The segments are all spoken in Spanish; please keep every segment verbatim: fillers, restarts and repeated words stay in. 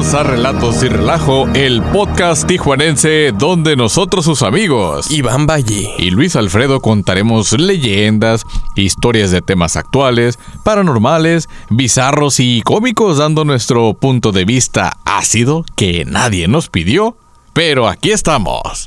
Bienvenidos a Relatos y Relajo, el podcast tijuanense donde nosotros, sus amigos Iván Valle y Luis Alfredo, contaremos leyendas, historias de temas actuales, paranormales, bizarros y cómicos, dando nuestro punto de vista ácido que nadie nos pidió, pero aquí estamos.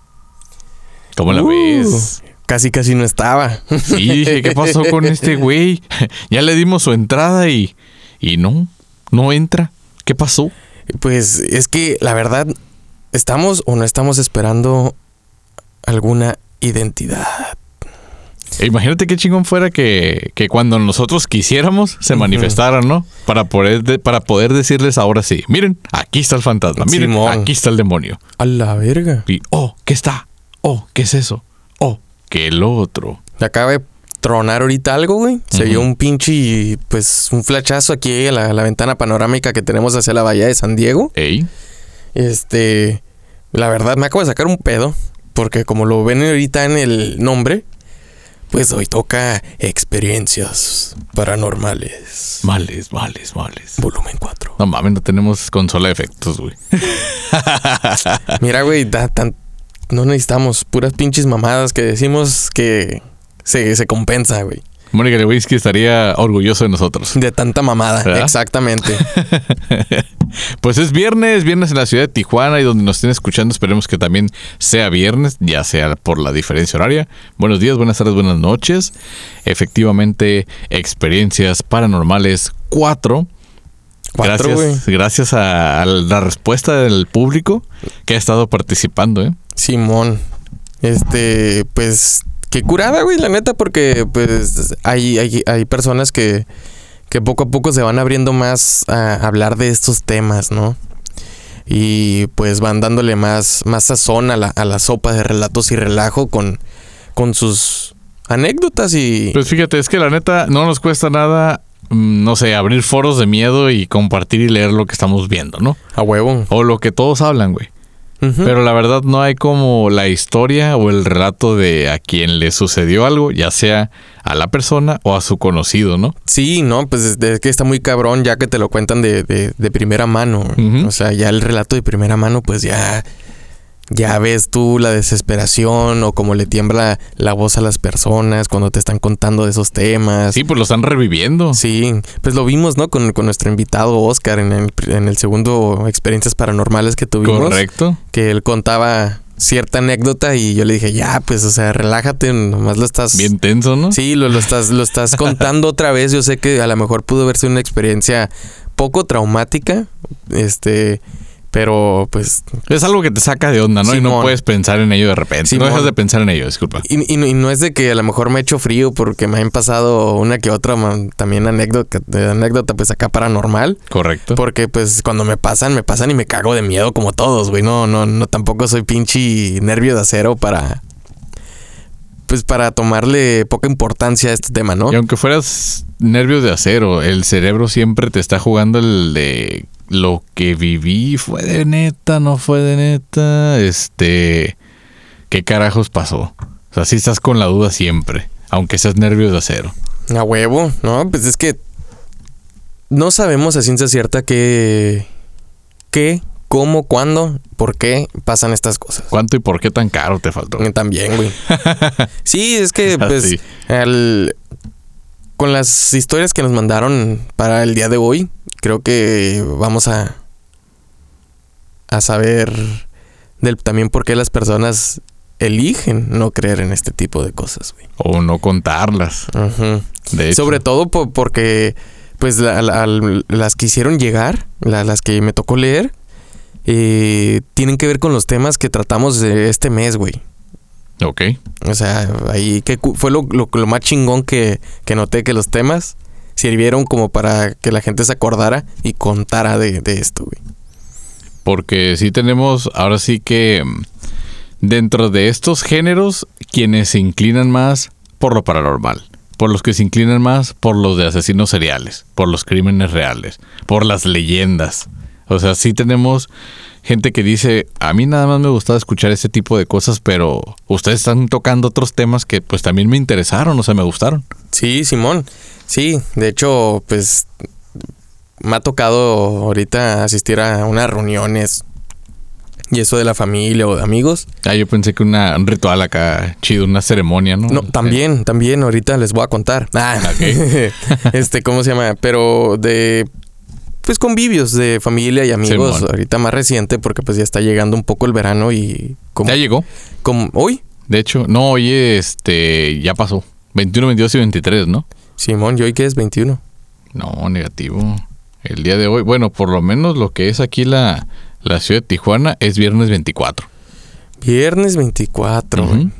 ¿Cómo la uh, ves? Casi casi no estaba. Sí, dije, ¿qué pasó con este güey? Ya le dimos su entrada y, y no, no entra. ¿Qué pasó? Pues es que la verdad, estamos o no estamos esperando alguna identidad. Imagínate qué chingón fuera que, que cuando nosotros quisiéramos se uh-huh. manifestaran, ¿no? Para poder, de, para poder decirles ahora sí, miren, aquí está el fantasma, miren, Simón. Aquí está el demonio. A la verga. Y, oh, ¿qué está? Oh, ¿qué es eso? Oh, ¿qué el otro? Acaba de tronar ahorita algo, güey. Se vio uh-huh. un pinche, pues, un flachazo aquí a la, la ventana panorámica que tenemos hacia la bahía de San Diego. Ey. Este, la verdad, me acabo de sacar un pedo, porque como lo ven ahorita en el nombre, pues hoy toca experiencias paranormales. Males, males, males. Volumen cuatro. No mames, no tenemos consola de efectos, güey. Mira, güey, da tan... no necesitamos puras pinches mamadas que decimos que se, se compensa, güey. Mónica Lewinsky estaría orgulloso de nosotros. De tanta mamada, ¿verdad? Exactamente. Pues es viernes, viernes en la ciudad de Tijuana y donde nos estén escuchando esperemos que también sea viernes, ya sea por la diferencia horaria. Buenos días, buenas tardes, buenas noches. Efectivamente, Experiencias Paranormales cuatro. Cuatro, gracias, gracias a, a la respuesta del público que ha estado participando, ¿eh? Simón, este, pues, qué curada, güey, la neta, porque, pues, hay, hay, hay personas que, que poco a poco se van abriendo más a hablar de estos temas, ¿no? Y, pues, van dándole más, más sazón a la, a la sopa de relatos y relajo con, con sus anécdotas y... Pues fíjate, es que la neta no nos cuesta nada, no sé, abrir foros de miedo y compartir y leer lo que estamos viendo, ¿no? A huevo. O lo que todos hablan, güey. Uh-huh. Pero la verdad no hay como la historia o el relato de a quien le sucedió algo, ya sea a la persona o a su conocido, ¿no? Sí, no, pues es, es que está muy cabrón ya que te lo cuentan de, de, de primera mano. Uh-huh. O sea, ya el relato de primera mano, pues ya... Ya ves tú la desesperación o cómo le tiembla la voz a las personas cuando te están contando de esos temas. Sí, pues lo están reviviendo. Sí, pues lo vimos, ¿no? Con, con nuestro invitado Oscar en el, en el segundo Experiencias Paranormales que tuvimos. Correcto. Que él contaba cierta anécdota y yo le dije, ya, pues, o sea, relájate, nomás lo estás... Bien tenso, ¿no? Sí, lo, lo estás, lo estás contando otra vez. Yo sé que a lo mejor pudo haber sido una experiencia poco traumática, este... Pero, pues... es algo que te saca de onda, ¿no? Simón. Y no puedes pensar en ello de repente. Simón. No dejas de pensar en ello, disculpa. Y, y, y no es de que a lo mejor me he hecho frío porque me han pasado una que otra man, también anécdota, anécdota, pues acá paranormal. Correcto. Porque, pues, cuando me pasan, me pasan y me cago de miedo como todos, güey. No, no, no, tampoco soy pinche nervio de acero para... pues para tomarle poca importancia a este tema, ¿no? Y aunque fueras nervios de acero, el cerebro siempre te está jugando el de... lo que viví fue de neta, no fue de neta, este, ¿qué carajos pasó? O sea, sí estás con la duda siempre, aunque seas nervios de acero. A huevo, ¿no? Pues es que no sabemos a ciencia cierta qué, qué, cómo, cuándo, por qué pasan estas cosas. ¿Cuánto y por qué tan caro te faltó? También, güey. Sí, es que, pues, Así. el, con las historias que nos mandaron para el día de hoy, creo que vamos a a saber del, también por qué las personas eligen no creer en este tipo de cosas, güey. O no contarlas. Uh-huh. De hecho. Sobre todo por, porque pues la, la, la, las que hicieron llegar, la, las que me tocó leer, eh, tienen que ver con los temas que tratamos de este mes, güey. Ok. O sea, ahí que fue lo, lo, lo más chingón que, que noté, que los temas sirvieron como para que la gente se acordara y contara de, de esto, güey. Porque sí tenemos, ahora sí que dentro de estos géneros, quienes se inclinan más por lo paranormal, por los que se inclinan más por los de asesinos seriales, por los crímenes reales, por las leyendas. O sea, sí tenemos gente que dice, a mí nada más me gustaba escuchar este tipo de cosas, pero ustedes están tocando otros temas que pues también me interesaron, o sea, me gustaron. Sí, Simón. Sí, de hecho, pues me ha tocado ahorita asistir a unas reuniones y eso de la familia o de amigos. Ah, yo pensé que una, un ritual acá chido, una ceremonia, ¿no? No, también, también, ahorita les voy a contar. Ah, okay. este, ¿cómo se llama? Pero de, pues, convivios de familia y amigos, Simón. ahorita más reciente, porque pues ya está llegando un poco el verano y... Como, ¿Ya llegó? Como, ¿hoy? De hecho, no, oye, este, ya pasó. veintiuno, veintidós y veintitrés, ¿no? Simón, ¿y hoy qué es? veintiuno. No, negativo. El día de hoy, bueno, por lo menos lo que es aquí la, la ciudad de Tijuana es viernes veinticuatro. Viernes veinticuatro. Uh-huh.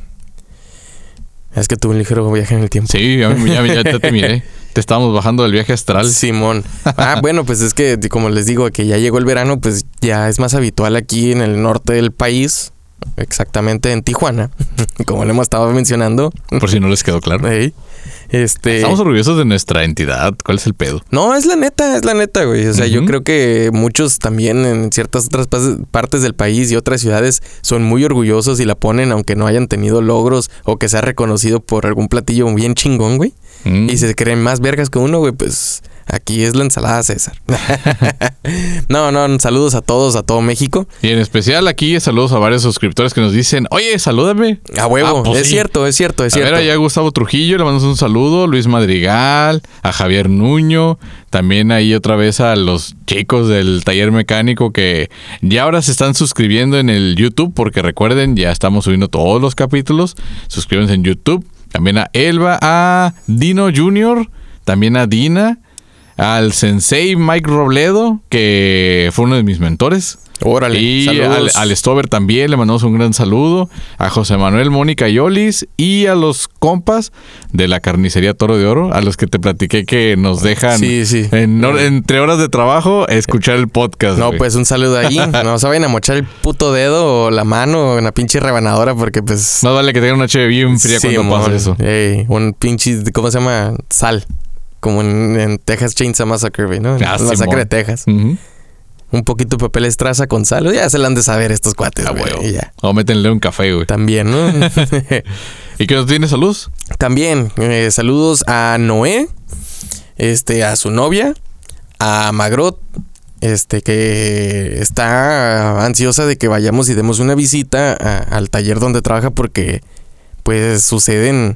Es que tuve un ligero viaje en el tiempo. Sí, ya, ya, ya te, te miré. Te estábamos bajando del viaje astral. Simón. Ah, bueno, pues es que como les digo, que ya llegó el verano, pues ya es más habitual aquí en el norte del país, exactamente en Tijuana, como le hemos estado mencionando. Por si no les quedó claro. Hey, este... Estamos orgullosos de nuestra entidad. ¿Cuál es el pedo? No, es la neta, es la neta, güey. O sea, Uh-huh. yo creo que muchos también en ciertas otras pas- partes del país y otras ciudades son muy orgullosos y la ponen aunque no hayan tenido logros o que sea reconocido por algún platillo bien chingón, güey. Mm. Y se creen más vergas que uno, güey, pues aquí es la ensalada César. no, no, saludos a todos, a todo México. Y en especial aquí saludos a varios suscriptores que nos dicen, oye, salúdame. A huevo, Ah, pues es sí. cierto, es cierto, es A cierto. ver, allá a Gustavo Trujillo, le mandamos un saludo, Luis Madrigal, a Javier Nuño, también ahí otra vez a los chicos del taller mecánico que ya ahora se están suscribiendo en el YouTube, porque recuerden, ya estamos subiendo todos los capítulos, suscríbanse en YouTube, también a Elba, a Dino junior, también a Dina, al sensei Mike Robledo, que fue uno de mis mentores. Órale, Y al, saludos. al Stover también le mandamos un gran saludo. A José Manuel, Mónica y Olis. Y a los compas de la carnicería Toro de Oro, a los que te platiqué que nos dejan Sí, sí. En, hor- entre horas de trabajo escuchar el podcast. No, güey. pues un saludo ahí. No se vayan a mochar el puto dedo o la mano en la pinche rebanadora porque pues... Más vale que tengan una noche bien fría Sí, cuando pase mon. eso. Ey, un pinche, ¿cómo se llama? Sal. Como en, en Texas Chainsaw Massacre, güey, ¿no? Ah, La masacre Simón. de Texas. Ujú. Un poquito de papel estraza con sal. Ya se la han de saber estos cuates, Ah, güey. huevo. y ya. O métenle un café, güey. También, ¿no? ¿Y que nos tiene salud? También, eh, saludos a Noé, este, a su novia, a Magrot, este, que está ansiosa de que vayamos y demos una visita a- al taller donde trabaja porque, pues, suceden,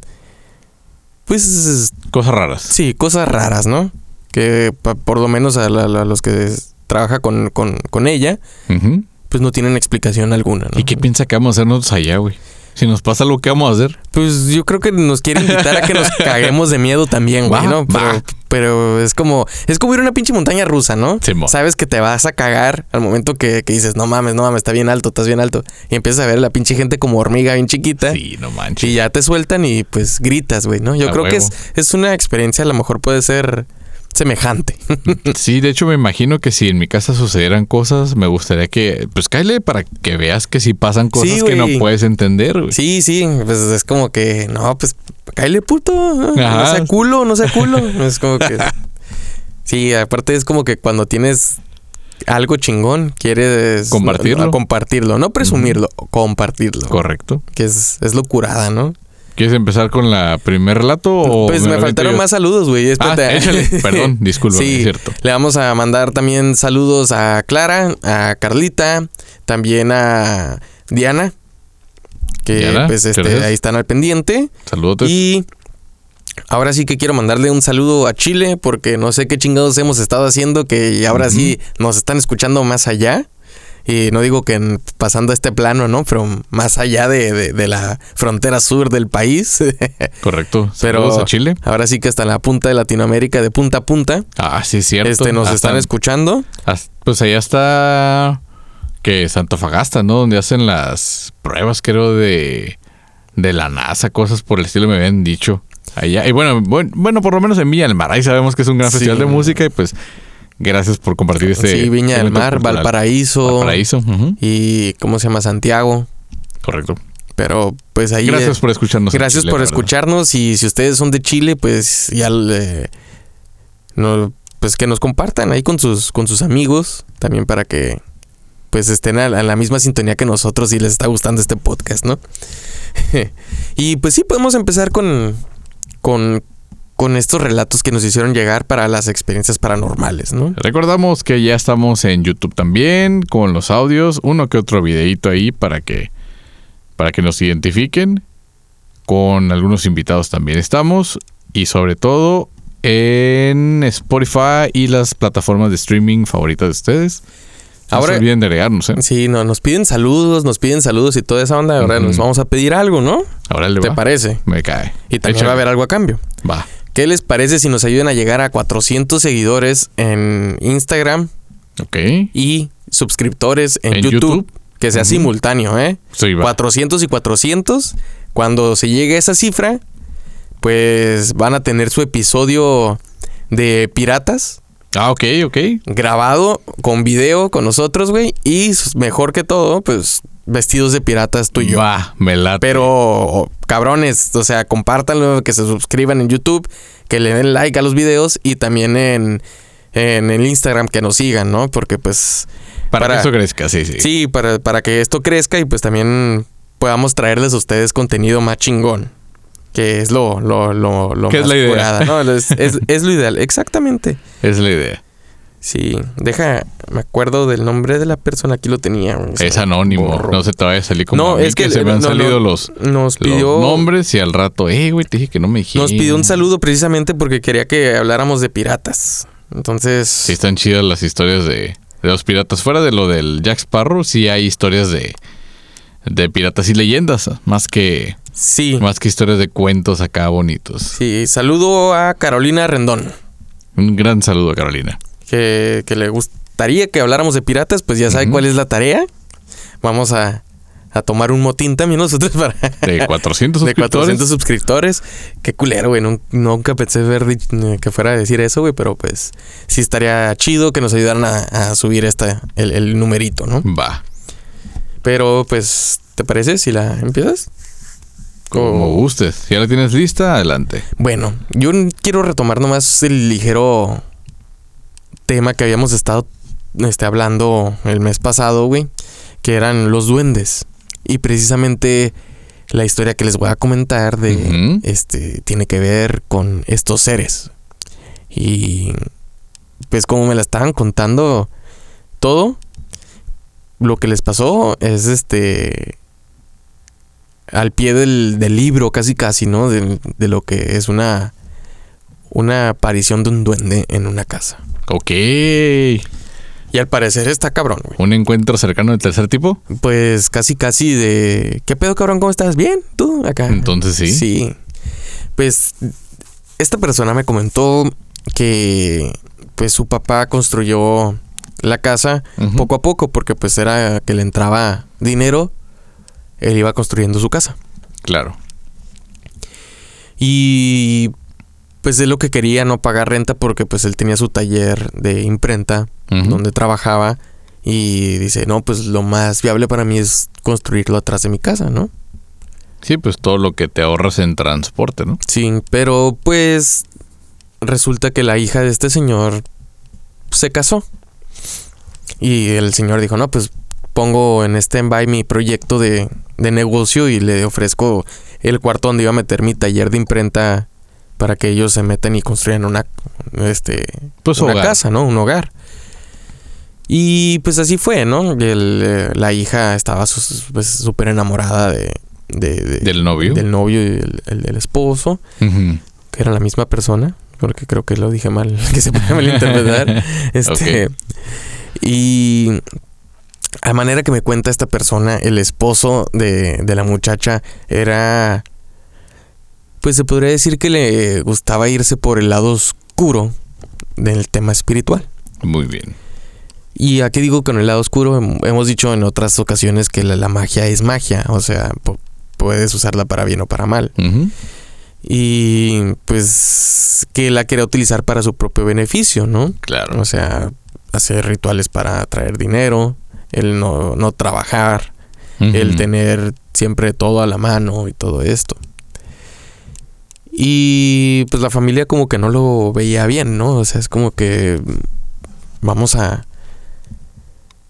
pues, Cosas raras. sí, cosas raras, ¿no? Que pa- por lo menos a, la- a los que s- trabaja con, con, con ella, Ujú. pues no tienen explicación alguna, ¿no? ¿Y qué piensa que vamos a hacer nosotros allá, güey? Si nos pasa algo, ¿qué vamos a hacer? Pues yo creo que nos quiere invitar a que nos caguemos de miedo también, güey, Va, ¿no? Pero, va. pero es como, es como ir a una pinche montaña rusa, ¿no? Simón. Sabes que te vas a cagar al momento que, que dices, no mames, no mames, está bien alto, estás bien alto. Y empiezas a ver a la pinche gente como hormiga bien chiquita. Sí, no manches. Y ya te sueltan y pues gritas, güey, ¿no? Yo A creo que huevo. es, es una experiencia, a lo mejor puede ser semejante. Sí, de hecho me imagino que si en mi casa sucedieran cosas, me gustaría que, pues cáele para que veas que si pasan cosas Sí, que no güey. puedes entender, güey. Sí, sí, pues es como que, no, pues cáele puto, ¿no? No Ajá. sea culo, no sea culo. Es como que... Sí, aparte es como que cuando tienes algo chingón, quieres... Compartirlo. no, compartirlo, no presumirlo, compartirlo. Correcto. Que es, es locurada, ¿no? ¿Quieres empezar con la primer relato o Pues me aviento faltaron yo? más saludos, güey. Ah, Espérate. échale. Perdón, disculpa, Sí, es cierto. le vamos a mandar también saludos a Clara, a Carlita, también a Diana, que Diana, pues este, gracias. ahí están al pendiente. Saludos. Y ahora sí que quiero mandarle un saludo a Chile porque no sé qué chingados hemos estado haciendo que ahora Ujú. sí nos están escuchando más allá. Y no digo que en- pasando a este plano, ¿no? Pero más allá de, de- de la frontera sur del país. Correcto. Pero Saludos a Chile. ahora sí que hasta la punta de Latinoamérica, de punta a punta, Ah, sí, es cierto. este, nos Hasta- están escuchando. hasta- Pues allá está que Antofagasta, ¿no? Donde hacen las pruebas, creo, de, de la NASA, cosas por el estilo me habían dicho. Allá. Y bueno, bueno, bueno, por lo menos en Villa del Mar. Ahí sabemos que es un gran Sí. festival de música y pues gracias por compartir este. Sí, Viña del evento Mar, cultural. Valparaíso. Valparaíso, ujú. Y ¿cómo se llama? Santiago. Correcto. Pero pues ahí... Gracias eh, por escucharnos. en Gracias Chile, por la verdad. escucharnos y si ustedes son de Chile, pues ya le- no, pues que nos compartan ahí con sus con sus amigos también para que pues estén a la, a la misma sintonía que nosotros y les está gustando este podcast, ¿no? Y pues sí podemos empezar con con con estos relatos que nos hicieron llegar para las experiencias paranormales, ¿no? Recordamos que ya estamos en YouTube también, con los audios, uno que otro videito ahí para que, para que nos identifiquen. Con algunos invitados también estamos. Y sobre todo en Spotify y las plataformas de streaming favoritas de ustedes. No Ahora, se olviden de agregarnos, ¿eh? Sí, no, nos piden saludos, nos piden saludos y toda esa onda. Ahora uh-huh. nos vamos a pedir algo, ¿no? Ahora le va. ¿Te parece? Me cae. Y también Échale. va a haber algo a cambio. Va. ¿Qué les parece si nos ayudan a llegar a cuatrocientos seguidores en Instagram? Ok. Y suscriptores en, en YouTube, YouTube. Que sea uh-huh. simultáneo, ¿eh? Sí, va. cuatrocientos y cuatrocientos. Cuando se llegue a esa cifra, pues van a tener su episodio de Piratas. Ah, ok, ok. Grabado con video con nosotros, güey. Y mejor que todo, pues, vestidos de piratas tú y yo. Va, me late. Pero, cabrones, o sea, compártanlo, que se suscriban en YouTube, que le den like a los videos y también en, en el Instagram que nos sigan, ¿no? Porque, pues... Para, para que esto crezca, sí, sí. Sí, para, para que esto crezca y pues también podamos traerles a ustedes contenido más chingón. Que es lo, lo, lo, lo ¿Qué más es la idea? curada, ¿no? Es, es, es lo ideal, exactamente. Es la idea. Sí, deja, me acuerdo del nombre de la persona, aquí lo tenía. Es anónimo, borro. No se te vaya a salir como no, a mí, es que, que se me han no, salido no, los, nos pidió, los nombres y al rato, eh, güey, te dije que no me dijiste. Nos pidió un saludo precisamente porque quería que habláramos de piratas. Entonces... Sí, están chidas las historias de, de los piratas. Fuera de lo del Jack Sparrow, sí hay historias de, de piratas y leyendas, más que... Sí. Más que historias de cuentos acá bonitos. Sí, saludo a Carolina Rendón. Un gran saludo a Carolina. Que, que le gustaría que habláramos de piratas, pues ya sabe uh-huh. cuál es la tarea. Vamos a, a tomar un motín también nosotros para... De cuatrocientos suscriptores. De cuatrocientos suscriptores. Qué culero, güey. Nunca pensé ver que fuera a decir eso, güey. Pero pues sí estaría chido que nos ayudaran a, a subir esta, el, el numerito, ¿no? Va. Pero pues, ¿te parece si la empiezas? Como gustes. Si ya la tienes lista, adelante. Bueno, yo quiero retomar nomás el ligero tema que habíamos estado este, hablando el mes pasado, güey. Que eran los duendes. Y precisamente la historia que les voy a comentar de uh-huh. este tiene que ver con estos seres. Y pues como me la estaban contando todo, lo que les pasó es este... al pie del, del libro, casi casi, ¿no? De, de lo que es una una aparición de un duende en una casa. Ok. Y al parecer está cabrón, güey. ¿Un encuentro cercano del tercer tipo? Pues casi casi de... ¿Qué pedo, cabrón? ¿Cómo estás? ¿Bien? ¿Tú? Acá. Entonces sí. Sí. Pues esta persona me comentó que pues su papá construyó la casa uh-huh. poco a poco porque pues era que le entraba dinero. Él iba construyendo su casa. Claro. Y pues él lo que quería, no pagar renta porque pues él tenía su taller de imprenta uh-huh. donde trabajaba. Y dice, no, pues lo más viable para mí es construirlo atrás de mi casa, ¿no? Sí, pues todo lo que te ahorras en transporte, ¿no? Sí, pero pues resulta que la hija de este señor se casó. Y el señor dijo, no, pues pongo en stand-by mi proyecto de, de negocio y le ofrezco el cuarto donde iba a meter mi taller de imprenta para que ellos se metan y construyan una, este, pues una hogar. casa, ¿no? Un hogar. Y pues así fue, ¿no? El, eh, la hija estaba súper pues, enamorada de, de, de... ¿Del novio? Del novio y el, el, del esposo, uh-huh. que era la misma persona, porque creo que lo dije mal, que se puede malinterpretar. este, okay. Y... a manera que me cuenta esta persona, el esposo de, de la muchacha era... pues se podría decir que le gustaba irse por el lado oscuro del tema espiritual. Muy bien. Y aquí digo con el lado oscuro, hemos dicho en otras ocasiones que la, la magia es magia. O sea, po- puedes usarla para bien o para mal. Uh-huh. Y pues que la quería utilizar para su propio beneficio, ¿no? Claro. O sea, hacer rituales para traer dinero, el no, no trabajar, uh-huh. el tener siempre todo a la mano y todo esto. Y pues la familia como que no lo veía bien, ¿no? O sea, es como que vamos a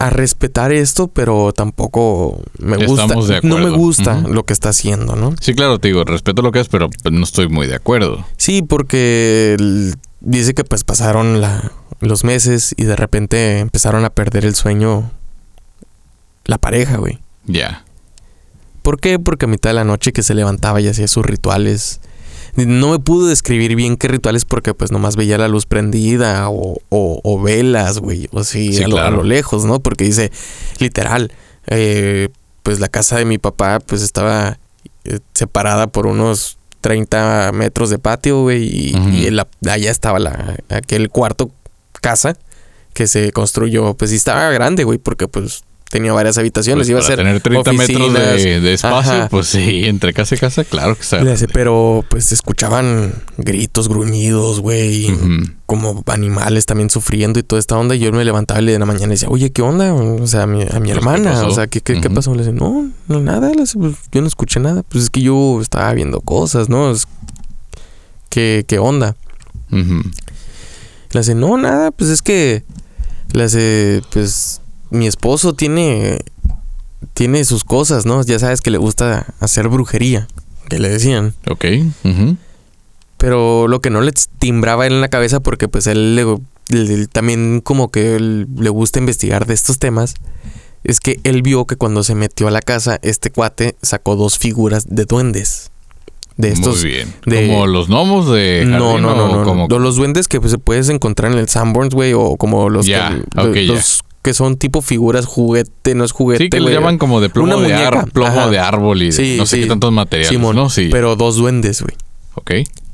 a respetar esto, pero tampoco me gusta. Estamos de No me acuerdo. gusta Ujú. lo que está haciendo, ¿no? Sí, claro, te digo, respeto lo que es, pero pues, no estoy muy de acuerdo. Sí, porque el- dice que pues pasaron la, los meses y de repente empezaron a perder el sueño la pareja, güey. Ya. ¿Por qué? Porque a mitad de la noche que se levantaba y hacía sus rituales. No me pudo describir bien qué rituales porque pues nomás veía la luz prendida o, o, o velas, güey. O sí, Sí, a, lo, claro. a lo lejos, ¿no? Porque dice, literal, eh, pues la casa de mi papá pues estaba eh, separada por unos treinta metros de patio, güey. Y, Ujú. y la- allá estaba la, aquel cuarto casa que se construyó. Pues sí estaba grande, güey, porque pues tenía varias habitaciones. Pues, Iba a para ser tener treinta metros oficinas. de, de espacio, Ajá. pues sí, entre casa y casa, claro que está. Le hace, pero pues se escuchaban gritos, gruñidos, güey. Ujú. Como animales también sufriendo y toda esta onda. Y yo me levantaba y de la mañana y decía, oye, ¿qué onda? O sea, a mi, a mi ¿qué hermana. pasó? O sea, ¿qué, qué, qué Ujú. pasó? Le decía, no, no, nada. Le decía, pues, yo no escuché nada. Pues es que yo estaba viendo cosas, ¿no? Es- ¿Qué, qué onda? Ujú. Le hace, no, nada. Pues es que... Le hace, pues... Mi esposo tiene... Tiene sus cosas, ¿no? Ya sabes que le gusta hacer brujería. Que le decían. Ok. Ujú. Pero lo que no le timbraba a él en la cabeza, porque pues él le, le- también como que él le gusta investigar de estos temas, es que él vio que cuando se metió a la casa, este cuate sacó dos figuras de duendes. De estos. Muy bien. de- ¿Como los gnomos de No, jardín no, no, o no. como- no. Los duendes que pues, se puedes encontrar en el Sanborns, güey, o como los Ya, que, ok, ya. los que son tipo figuras juguete, no es juguete, Sí, que le güey. llaman como de plomo, Una de, muñeca. ar- plomo Ajá. de árbol y de Sí, no sé sí. qué tantos materiales, Simón, ¿no? Sí. pero dos duendes, güey. Ok.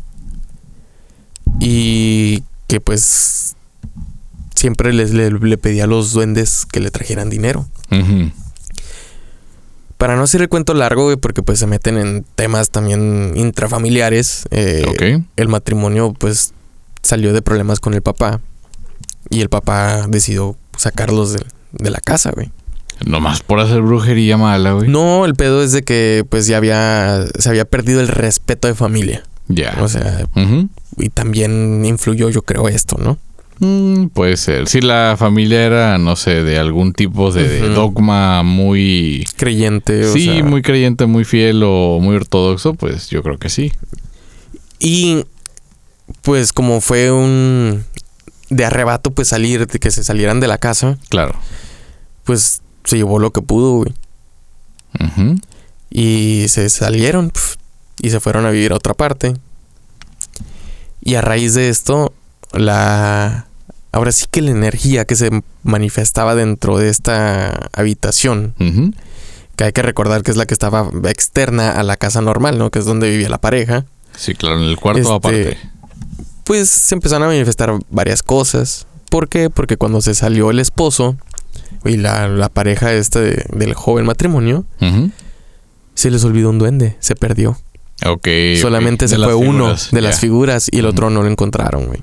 Y que pues siempre les, le, le pedía a los duendes que le trajeran dinero. Ujú. Para no hacer el cuento largo, güey, porque pues se meten en temas también intrafamiliares. eh, Ok. El matrimonio pues salió de problemas con el papá. Y el papá decidió sacarlos de, de la casa, güey. Nomás por hacer brujería mala, güey. No, el pedo es de que pues ya había... Se había perdido el respeto de familia. Ya. O sea, Ujú. y también influyó, yo creo, esto, ¿no? Mm, puede ser. Si la familia era, no sé, de algún tipo de, de Ujú. dogma muy... Creyente, o Sí, sea... muy creyente, muy fiel o muy ortodoxo, pues yo creo que sí. Y pues como fue un de arrebato pues salir, de que se salieran de la casa, Claro. pues se llevó lo que pudo, güey. Ujú. Y se salieron pf, y se fueron a vivir a otra parte. Y a raíz de esto, la... Ahora sí que la energía que se manifestaba dentro de esta habitación, Ujú. que hay que recordar que es la que estaba externa a la casa normal, ¿no? Que es donde vivía la pareja. Sí, claro, en el cuarto Este, aparte. Pues se empezaron a manifestar varias cosas. ¿Por qué? Porque cuando se salió el esposo y la, la pareja esta de- del joven matrimonio, Ujú. se les olvidó un duende, se perdió. Ok. Solamente ok. se De fue las uno figuras, de ya. las figuras y el Ujú. otro no lo encontraron, güey.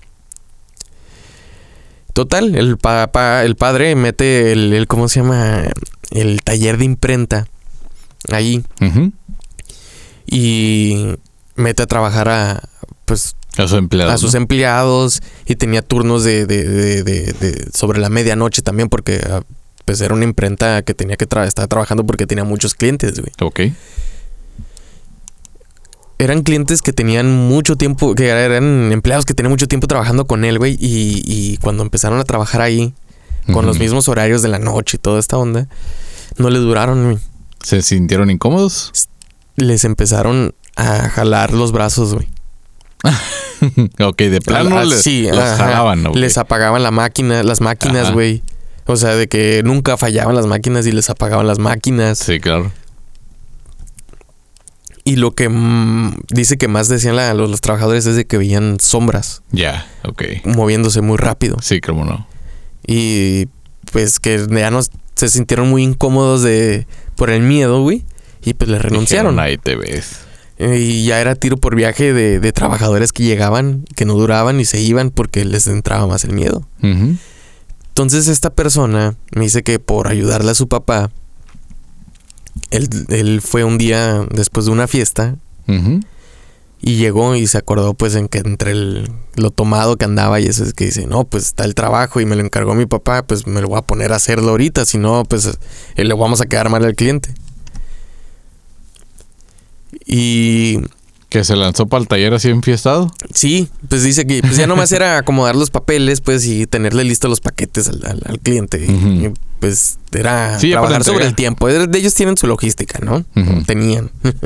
Total, el papá, el padre mete el, el, ¿cómo se llama? El taller de imprenta ahí Ujú. y mete a trabajar a, pues, A sus empleados. a sus ¿no? empleados y tenía turnos de, de, de, de- de- sobre la medianoche también porque ah, pues era una imprenta que tenía que tra- estar trabajando porque tenía muchos clientes, güey. Ok. Eran clientes que tenían mucho tiempo, que eran empleados que tenían mucho tiempo trabajando con él, güey, y, y cuando empezaron a trabajar ahí, con Ujú. los mismos horarios de la noche y toda esta onda, no le duraron, güey. ¿Se sintieron incómodos? Les empezaron a jalar los brazos, güey. Ok, de plano Ah, les, sí, los ajá. jalaban, ok. Les apagaban la máquina, las máquinas, Ajá. güey. O sea, de que nunca fallaban las máquinas y les apagaban las máquinas. Sí, claro. Y lo que mm, dice que más decían la- los, los trabajadores es de que veían sombras Ya, ok. moviéndose muy rápido. Sí, cómo no. Y pues que ya no se sintieron muy incómodos de por el miedo, güey. Y pues le renunciaron. Dijeron, ahí te ves. Y ya era tiro por viaje de, de trabajadores que llegaban, que no duraban y se iban porque les entraba más el miedo. Ujú. Entonces esta persona me dice que por ayudarle a su papá, él, él fue un día después de una fiesta Ujú. Y llegó y se acordó pues en que entre el, lo tomado que andaba y eso es que dice, no, pues está el trabajo y me lo encargó mi papá, pues me lo voy a poner a hacerlo ahorita, si no, pues eh, le vamos a quedar mal al cliente. Y... ¿Que se lanzó para el taller así enfiestado? Sí, pues dice que pues ya nomás era acomodar los papeles, pues, y tenerle listos los paquetes al, al, al cliente. Uh-huh. Y pues era sí, trabajar sobre el tiempo. De ellos tienen su logística, ¿no? Uh-huh. Tenían.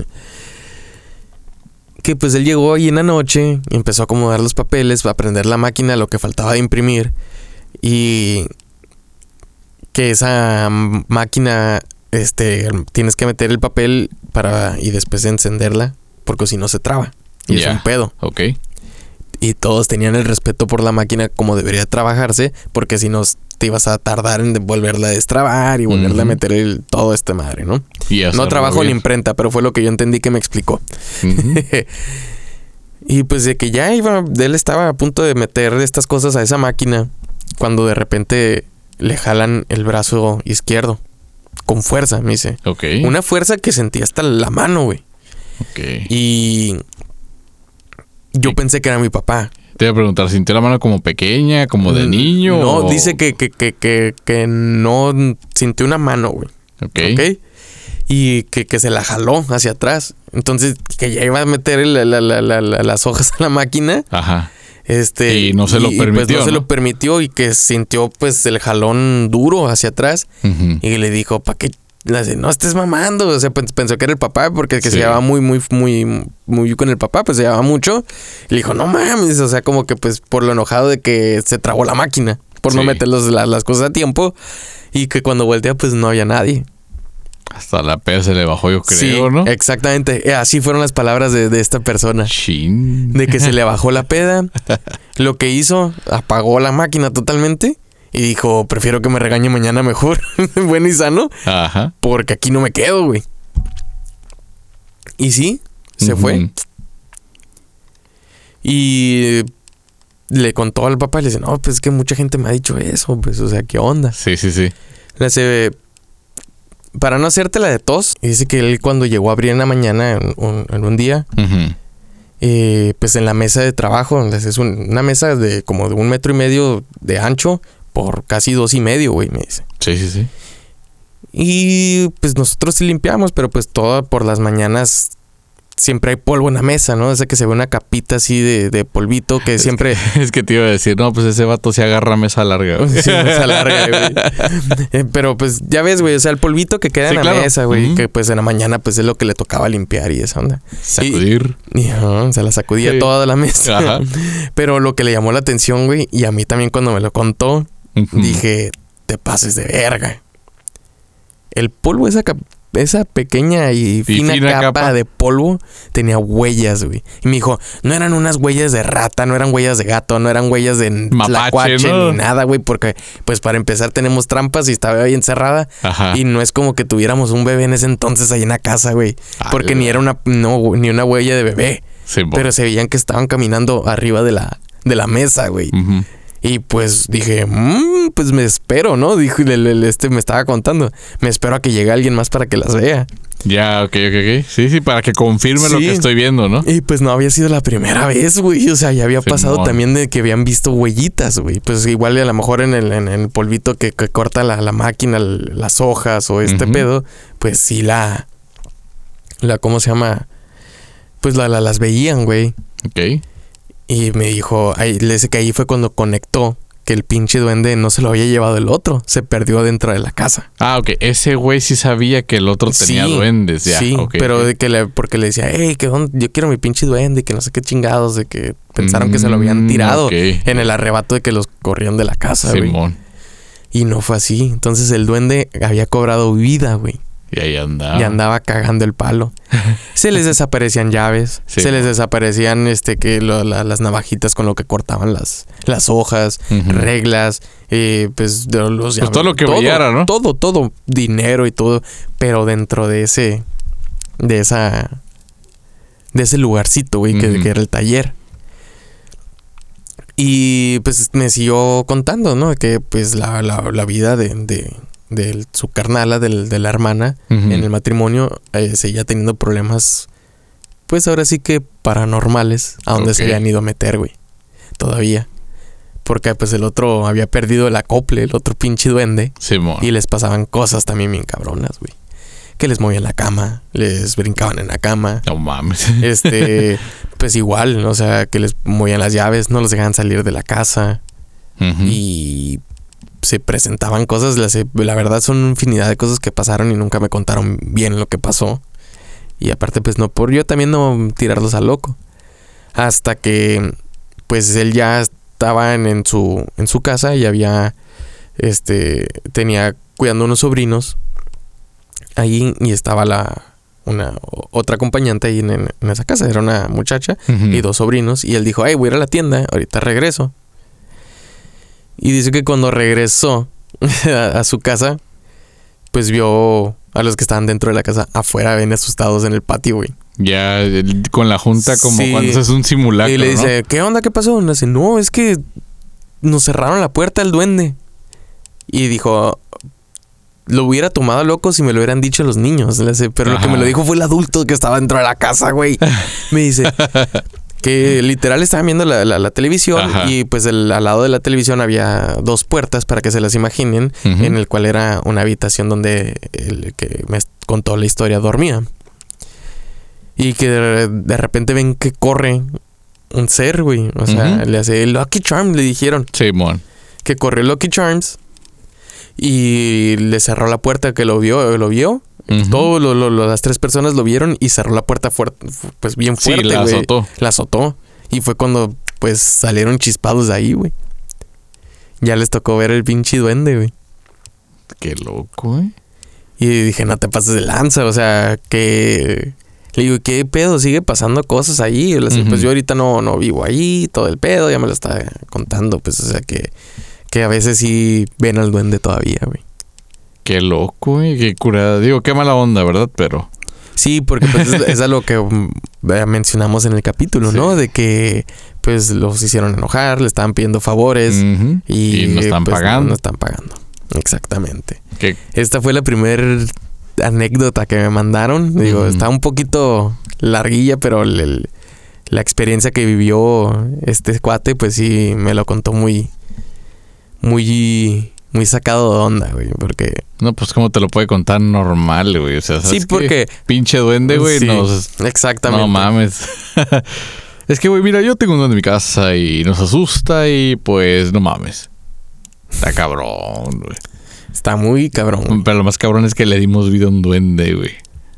Que pues él llegó ahí en la noche y empezó a acomodar los papeles, a aprender la máquina, lo que faltaba de imprimir. Y que esa máquina, este, tienes que meter el papel para y después encenderla. Porque si no se traba. Y yeah. es un pedo. Ok. Y todos tenían el respeto por la máquina como debería trabajarse. Porque si no te ibas a tardar en volverla a destrabar y volverla uh-huh. a meter el, todo este madre, ¿no? No trabajo en imprenta, pero fue lo que yo entendí que me explicó. Uh-huh. Y pues de que ya iba, él estaba a punto de meter estas cosas a esa máquina. Cuando de repente le jalan el brazo izquierdo. Con fuerza, me dice. Ok. Una fuerza que sentía hasta la mano, güey. Okay. Y yo pensé que era mi papá. Te iba a preguntar, ¿sintió la mano como pequeña, como de niño? No, o... dice que, que, que, que, que no sintió una mano, güey. Ok. ¿Okay? Y que, que se la jaló hacia atrás. Entonces, que ya iba a meter la, la, la, la, la, las hojas a la máquina. Ajá. Este, y no se lo y, permitió. Y pues no, ¿no? se lo permitió y que sintió pues el jalón duro hacia atrás. Uh-huh. Y le dijo, ¿para qué? No estés mamando. O sea, pensó que era el papá porque que sí. se llevaba muy, muy, muy, muy con el papá, pues se llevaba mucho. Y le dijo, no mames. O sea, como que pues por lo enojado de que se trabó la máquina. Por sí. no meter los, la, las cosas a tiempo. Y que cuando voltea pues no había nadie. Hasta la peda se le bajó, yo creo, sí, ¿no? Exactamente. Así fueron las palabras de, de esta persona. Chin. De que se le bajó la peda. Lo que hizo, apagó la máquina totalmente. Y dijo, prefiero que me regañe mañana mejor. Bueno y sano. Ajá. Porque aquí no me quedo, güey. Y sí, se uh-huh. fue. Y le contó al papá y le dice, no, pues es que mucha gente me ha dicho eso. Pues, o sea, ¿qué onda? Sí, sí, sí. Le dice, para no hacerte la de tos. Y dice que él cuando llegó a abrir en la mañana, en un, en un día... Uh-huh. Eh, pues en la mesa de trabajo, es un, una mesa de como de un metro y medio de ancho por casi dos y medio, güey, me dice. Sí, sí, sí. Y pues nosotros sí limpiamos, pero pues todo por las mañanas siempre hay polvo en la mesa, ¿no? Esa que se ve una capita así de, de polvito que siempre... Es que, es que te iba a decir, no, pues ese vato se agarra mesa larga, güey. Sí, mesa larga, güey. Eh, pero pues ya ves, güey, o sea, el polvito que queda sí, en la claro. mesa, güey, uh-huh. que pues en la mañana pues es lo que le tocaba limpiar y esa onda. Sacudir. Y, y uh, se la sacudía sí. toda la mesa. Ajá. Pero lo que le llamó la atención, güey, y a mí también cuando me lo contó, uh-huh. dije, te pases de verga. El polvo, esa cap- esa pequeña y fina, y fina capa, capa de polvo, tenía huellas, güey. Y me dijo, no eran unas huellas de rata, no eran huellas de gato, no eran huellas de tlacuache, ¿no? Ni nada, güey. Porque, pues, para empezar tenemos trampas y estaba ahí encerrada. Ajá. Y no es como que tuviéramos un bebé en ese entonces ahí en la casa, güey. Ah, porque ni era una, no, ni una huella de bebé. Sí, pero se veían que estaban caminando arriba de la, de la mesa, güey. Uh-huh. Y pues dije, mmm, pues me espero, ¿no? Dijo el, el, este me estaba contando. Me espero a que llegue alguien más para que las vea. Ya, ok, ok, ok. Sí, sí, para que confirme sí. lo que estoy viendo, ¿no? Y pues no había sido la primera vez, güey. O sea, ya había sí, pasado no. también de que habían visto huellitas, güey. Pues igual a lo mejor en el, en el polvito que, que corta la, la máquina, las hojas o este uh-huh. pedo, pues sí la... la ¿Cómo se llama? Pues la, la las veían, güey. Ok. Y me dijo, ahí, le dice que ahí fue cuando conectó que el pinche duende no se lo había llevado el otro. Se perdió dentro de la casa. Ah, ok. Ese güey sí sabía que el otro tenía sí, duendes. Ya. Sí, okay, pero okay. de que le, porque le decía, hey, que yo quiero mi pinche duende, que no sé qué chingados, de que pensaron mm, que se lo habían tirado okay. en el arrebato de que los corrieron de la casa, güey. Simón. Y no fue así. Entonces el duende había cobrado vida, güey. Y ahí andaba. Y andaba cagando el palo. Se les desaparecían llaves. Sí, se les desaparecían este que lo, la, las navajitas con lo que cortaban las, las hojas, uh-huh. reglas, eh, pues de los pues todo lo que todo, brillara, ¿no? Todo, todo, dinero y todo. Pero dentro de ese, de esa, de ese lugarcito, güey, uh-huh. que, que era el taller. Y pues me siguió contando, ¿no? Que pues la, la, la vida de, de de su carnala, de, de la hermana, uh-huh. en el matrimonio, eh, seguía teniendo problemas pues ahora sí que paranormales, a donde Ok. se habían ido a meter, güey. Todavía. Porque pues el otro había perdido el acople, el otro pinche duende. Simón. Y les pasaban cosas también bien cabronas, güey. Que les movían la cama, les brincaban en la cama. No mames. Este, pues igual, o sea, que les movían las llaves, no los dejaban salir de la casa. Ujú. Y se presentaban cosas, las- la verdad son infinidad de cosas que pasaron y nunca me contaron bien lo que pasó. Y aparte, pues no, por yo también no tirarlos a loco. Hasta que, pues él ya estaba en, en su, en su casa y había, este, tenía cuidando unos sobrinos ahí y estaba la, una, otra acompañante ahí en, en- en esa casa. Era una muchacha Ujú. y dos sobrinos. Y él dijo, hey, voy a ir a la tienda, ahorita regreso. Y dice que cuando regresó a, a su casa, pues vio a los que estaban dentro de la casa afuera, bien asustados en el patio, güey. Ya el- con la junta como Sí. cuando es un simulacro, Y le ¿no? dice, ¿qué onda? ¿Qué pasó? Le dice, no, es que nos cerraron la puerta al duende. Y dijo, lo hubiera tomado loco si me lo hubieran dicho los niños. Le dice, pero lo que Ajá. me lo dijo fue el adulto que estaba dentro de la casa, güey. Me dice que literal estaban viendo la, la- la televisión. Ajá. Y pues el- al lado de la televisión había dos puertas para que se las imaginen, Ujú. en el cual era una habitación donde el que me contó la historia dormía. Y que de, de repente ven que corre un ser, güey. O sea, Ujú. le hace Lucky Charms, le dijeron. Simón. Que corrió Lucky Charms y le cerró la puerta, que lo vio, lo vio. Ujú. Todos lo- lo- lo- las tres personas lo vieron y cerró la puerta fuerte, pues bien Sí, fuerte, la güey. azotó. La azotó. Y fue cuando, pues, salieron chispados de ahí, güey. Ya les tocó ver el pinche duende, güey. Qué loco, ¿eh? Y dije, no te pases de lanza, o sea, que... Le digo, ¿qué pedo? Sigue pasando cosas ahí. Le digo, Ujú. pues yo ahorita no, no vivo ahí, todo el pedo, ya me lo está contando. Pues, o sea, que, que a veces sí ven al duende todavía, güey. Qué loco, ¿eh? Qué curada. Digo, qué mala onda, ¿verdad? Pero... Sí, porque pues es, es algo que mm, eh, mencionamos en el capítulo, Sí. ¿no? De que pues los hicieron enojar, le estaban pidiendo favores Ujú. y, Y no están pues, pagando. No, no están pagando. Exactamente. Qué- Esta fue la primera anécdota que me mandaron. Digo, Ujú. está un poquito larguilla, pero el- el- la experiencia que vivió este cuate, pues sí, me lo contó muy, muy, muy sacado de onda, güey. Porque No, pues cómo te lo puede contar normal, güey. O sea, ¿sabes sí, qué? porque Pinche duende, güey, sí, nos... exactamente. No mames. Es que, güey, mira, yo tengo un duende en mi casa y nos asusta y pues no mames. Está cabrón, güey. Está muy cabrón. güey. Pero lo más cabrón es que le dimos vida a un duende, güey.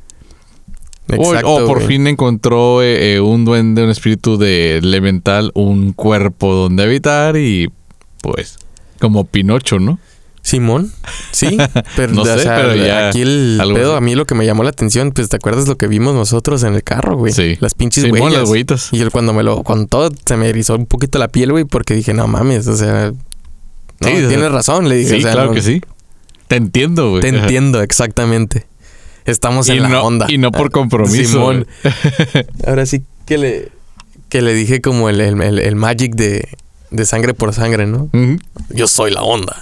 O- Exacto, o, por güey. fin encontró eh, eh, un duende, un espíritu de elemental, un cuerpo donde habitar y pues como Pinocho, ¿no? Simón, sí, pero, No o sé, sea, pero ya aquí el algo pedo, así. a mí lo que me llamó la atención, pues te acuerdas lo que vimos nosotros en el carro, güey. Sí. Las pinches Simón, huellas. las huellitas. Y él cuando me lo contó, se me erizó un poquito la piel, güey, porque dije, no mames, o sea, no, Sí, o sea, tienes razón, le dije. Sí, o sea, claro no- que sí. Te entiendo, güey. Te entiendo, exactamente. Estamos Y en la no, onda. y no por compromiso. Simón. güey. Ahora sí que le, que le dije como el, el, el- el magic de, de sangre por sangre, ¿no? Ujú. Yo soy la onda.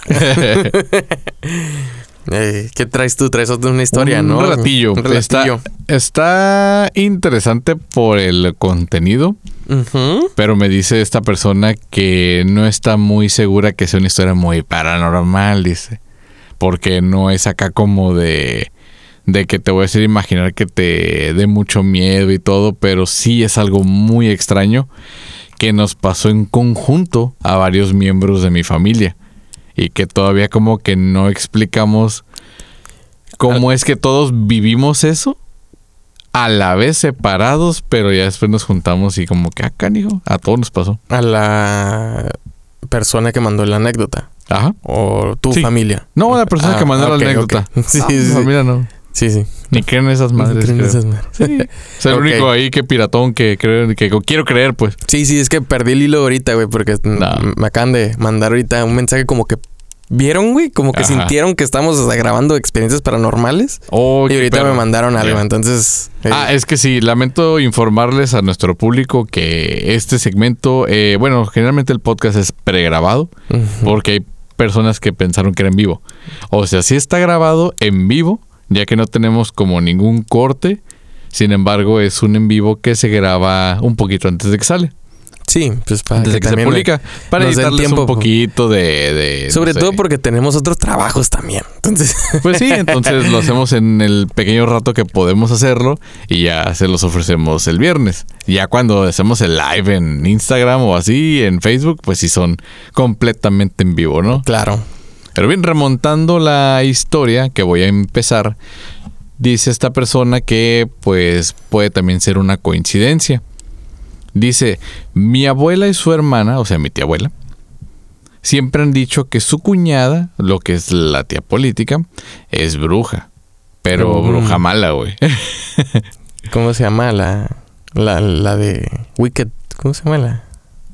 Eh, ¿Qué traes tú? Traes otra una historia, un ¿no? Relatillo. Un relatillo. Está, está interesante por el contenido, Ujú. pero me dice esta persona que no está muy segura que sea una historia muy paranormal, dice. Porque no es acá como de, de que te voy a decir imaginar que te dé mucho miedo y todo, pero sí es algo muy extraño que nos pasó en conjunto a varios miembros de mi familia. Y que todavía como que no explicamos cómo es que todos vivimos eso a la vez separados, pero ya después nos juntamos y como que acá, hijo, a todos nos pasó. A la persona que mandó la anécdota. Ajá. O tu Sí. familia. No, la persona Ah, que mandó ok, la anécdota. ok. Sí, Ah, sí, no, sí. mira, no. Sí, sí. Ni creen esas madres. Creen creo. esas madres. Sí. Es el Ok. único ahí que piratón que creo, que quiero creer, pues. Sí, sí, es que perdí el hilo ahorita, güey, porque mm, No. me acaban de mandar ahorita un mensaje como que vieron, güey, como que Ajá. sintieron que estamos o sea, grabando experiencias paranormales. Oh, Y qué ahorita perro. me mandaron algo, Ya. entonces... eh, Ah, es que sí, lamento informarles a nuestro público que este segmento, eh, bueno, generalmente el podcast es pregrabado ujú. porque hay personas que pensaron que era en vivo. O sea, sí está grabado en vivo, ya que no tenemos como ningún corte, Sin embargo, es un en vivo que se graba un poquito antes de que sale. Sí, pues para Desde que, que se también publica. Para nos den editarles tiempo, un poquito de... de sobre no todo sé. porque tenemos otros trabajos también. Entonces, Pues sí, entonces lo hacemos en el pequeño rato que podemos hacerlo y ya se los ofrecemos el viernes. Ya cuando hacemos el live en Instagram o así, en Facebook, pues sí son completamente en vivo, ¿no? claro. Pero bien, remontando la historia que voy a empezar, dice esta persona que pues puede también ser una coincidencia. Dice, mi abuela y su hermana, o sea, mi tía abuela, siempre han dicho que su cuñada, lo que es la tía política, es bruja. Pero Mm. bruja mala, güey. ¿Cómo se llama la, la, la de Wicked? ¿Cómo se llama la,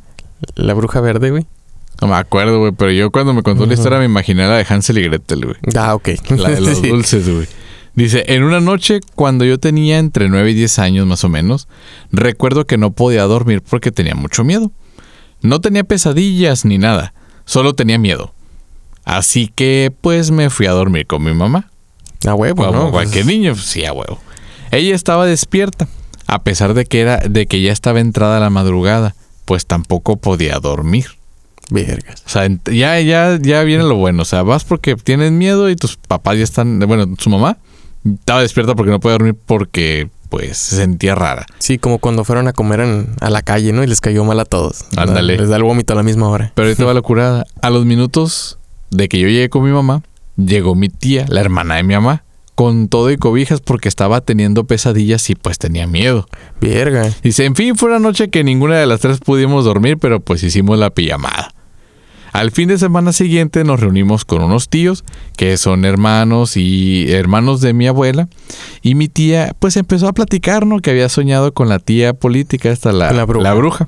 la bruja verde, güey? No me acuerdo, güey, pero yo cuando me contó Ujú. la historia me imaginé la de Hansel y Gretel, güey. Ah, ok. La de los Sí. dulces, güey. Dice, en una noche, cuando yo tenía entre nueve y diez años más o menos, recuerdo que no podía dormir porque tenía mucho miedo. No tenía pesadillas ni nada, solo tenía miedo. Así que, pues, me fui a dormir con mi mamá. A huevo, Como ¿no? cualquier Pues, niño, sí, a huevo. Ella estaba despierta, a pesar de que, era, de que ya estaba entrada la madrugada, pues tampoco podía dormir. vergas. O sea, ent- ya, ya, ya viene lo bueno. O sea, vas porque tienes miedo y tus papás ya están... Bueno, su mamá estaba despierta porque no podía dormir porque, pues, se sentía rara. Sí, como cuando fueron a comer en, a la calle, ¿no? Y les cayó mal a todos. Ándale. Les da el vómito a la misma hora. Pero ahorita va la curada. A los minutos de que yo llegué con mi mamá, llegó mi tía, la hermana de mi mamá, con todo y cobijas porque estaba teniendo pesadillas y pues tenía miedo. Verga. Dice, en fin, fue una noche que ninguna de las tres pudimos dormir, pero pues hicimos la pijamada. Al fin de semana siguiente nos reunimos con unos tíos que son hermanos y hermanos de mi abuela y mi tía pues empezó a platicar, ¿no? Que había soñado con la tía política, esta la, La bruja. la bruja,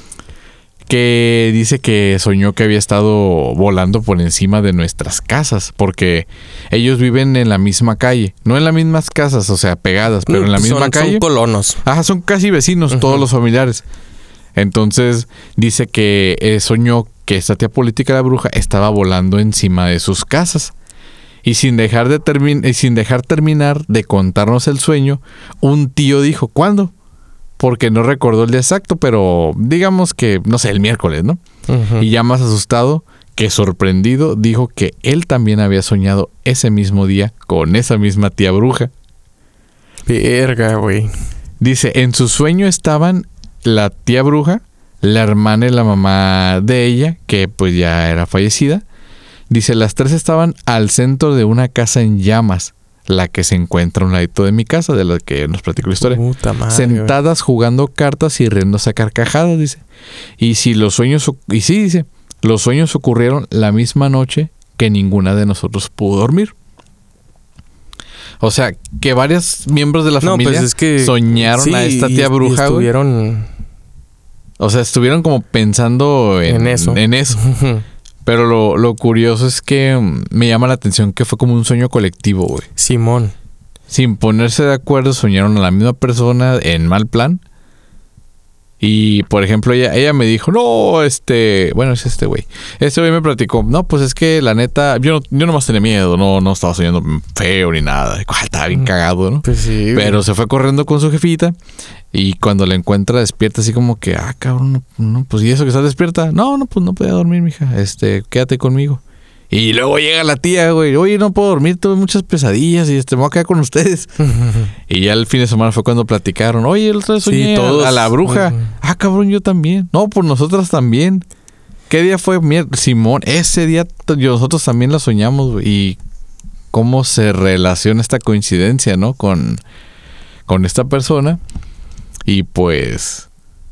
que dice que soñó que había estado volando por encima de nuestras casas porque ellos viven en la misma calle, no en las mismas casas, o sea, pegadas, pero en la Son- misma calle. Son colonos. Ajá, son casi vecinos, Ujú. todos los familiares. Entonces dice que eh, soñó que esta tía política, la bruja, estaba volando encima de sus casas. Y sin dejar de termin- y sin dejar terminar de contarnos el sueño, un tío dijo, ¿cuándo? Porque no recordó el día exacto, pero digamos que, no sé, el miércoles, ¿no? Ujú. Y ya más asustado que sorprendido, dijo que él también había soñado ese mismo día con esa misma tía bruja. Verga, güey. Dice, en su sueño estaban la tía bruja, la hermana y la mamá de ella, que pues ya era fallecida. Dice, las tres estaban al centro de una casa en llamas, la que se encuentra a un ladito de mi casa, de la que nos platicó la historia. Puta madre. Sentadas jugando cartas y riéndose a carcajadas, dice. Y si los sueños, oc- y sí, dice, los sueños ocurrieron la misma noche que ninguna de nosotros pudo dormir. O sea, que varios miembros de la No, familia pues es que soñaron sí, a esta y- tía y bruja, güey. estuvieron O sea, estuvieron como pensando en, En eso. en eso. Pero lo, lo curioso es que mm, me llama la atención que fue como un sueño colectivo, güey. Simón. Sin ponerse de acuerdo, soñaron a la misma persona en mal plan. Y, por ejemplo, ella, ella me dijo, no, este... Bueno, es este güey. Este güey me platicó, no, pues es que la neta... Yo, no, yo nomás tenía miedo, no, no estaba soñando feo ni nada. Estaba bien cagado, ¿no? Pues sí. güey. Pero se fue corriendo con su jefita y cuando la encuentra despierta así como que, ah, cabrón, no, no, pues ¿y eso que estás despierta? No, no, pues no podía dormir, mija, este, quédate conmigo. Y luego llega la tía, güey, oye, no puedo dormir, tuve muchas pesadillas y este, me voy a quedar con ustedes. Y ya el fin de semana fue cuando platicaron, oye, el otro día soñé Sí, todos. a la bruja. Ujú. Ah, cabrón, yo también. No, pues nosotras también. ¿Qué día fue? Mier- Simón, ese día t- yo- nosotros también la soñamos, güey. Y cómo se relaciona esta coincidencia, ¿no? Con, con esta persona. Y pues...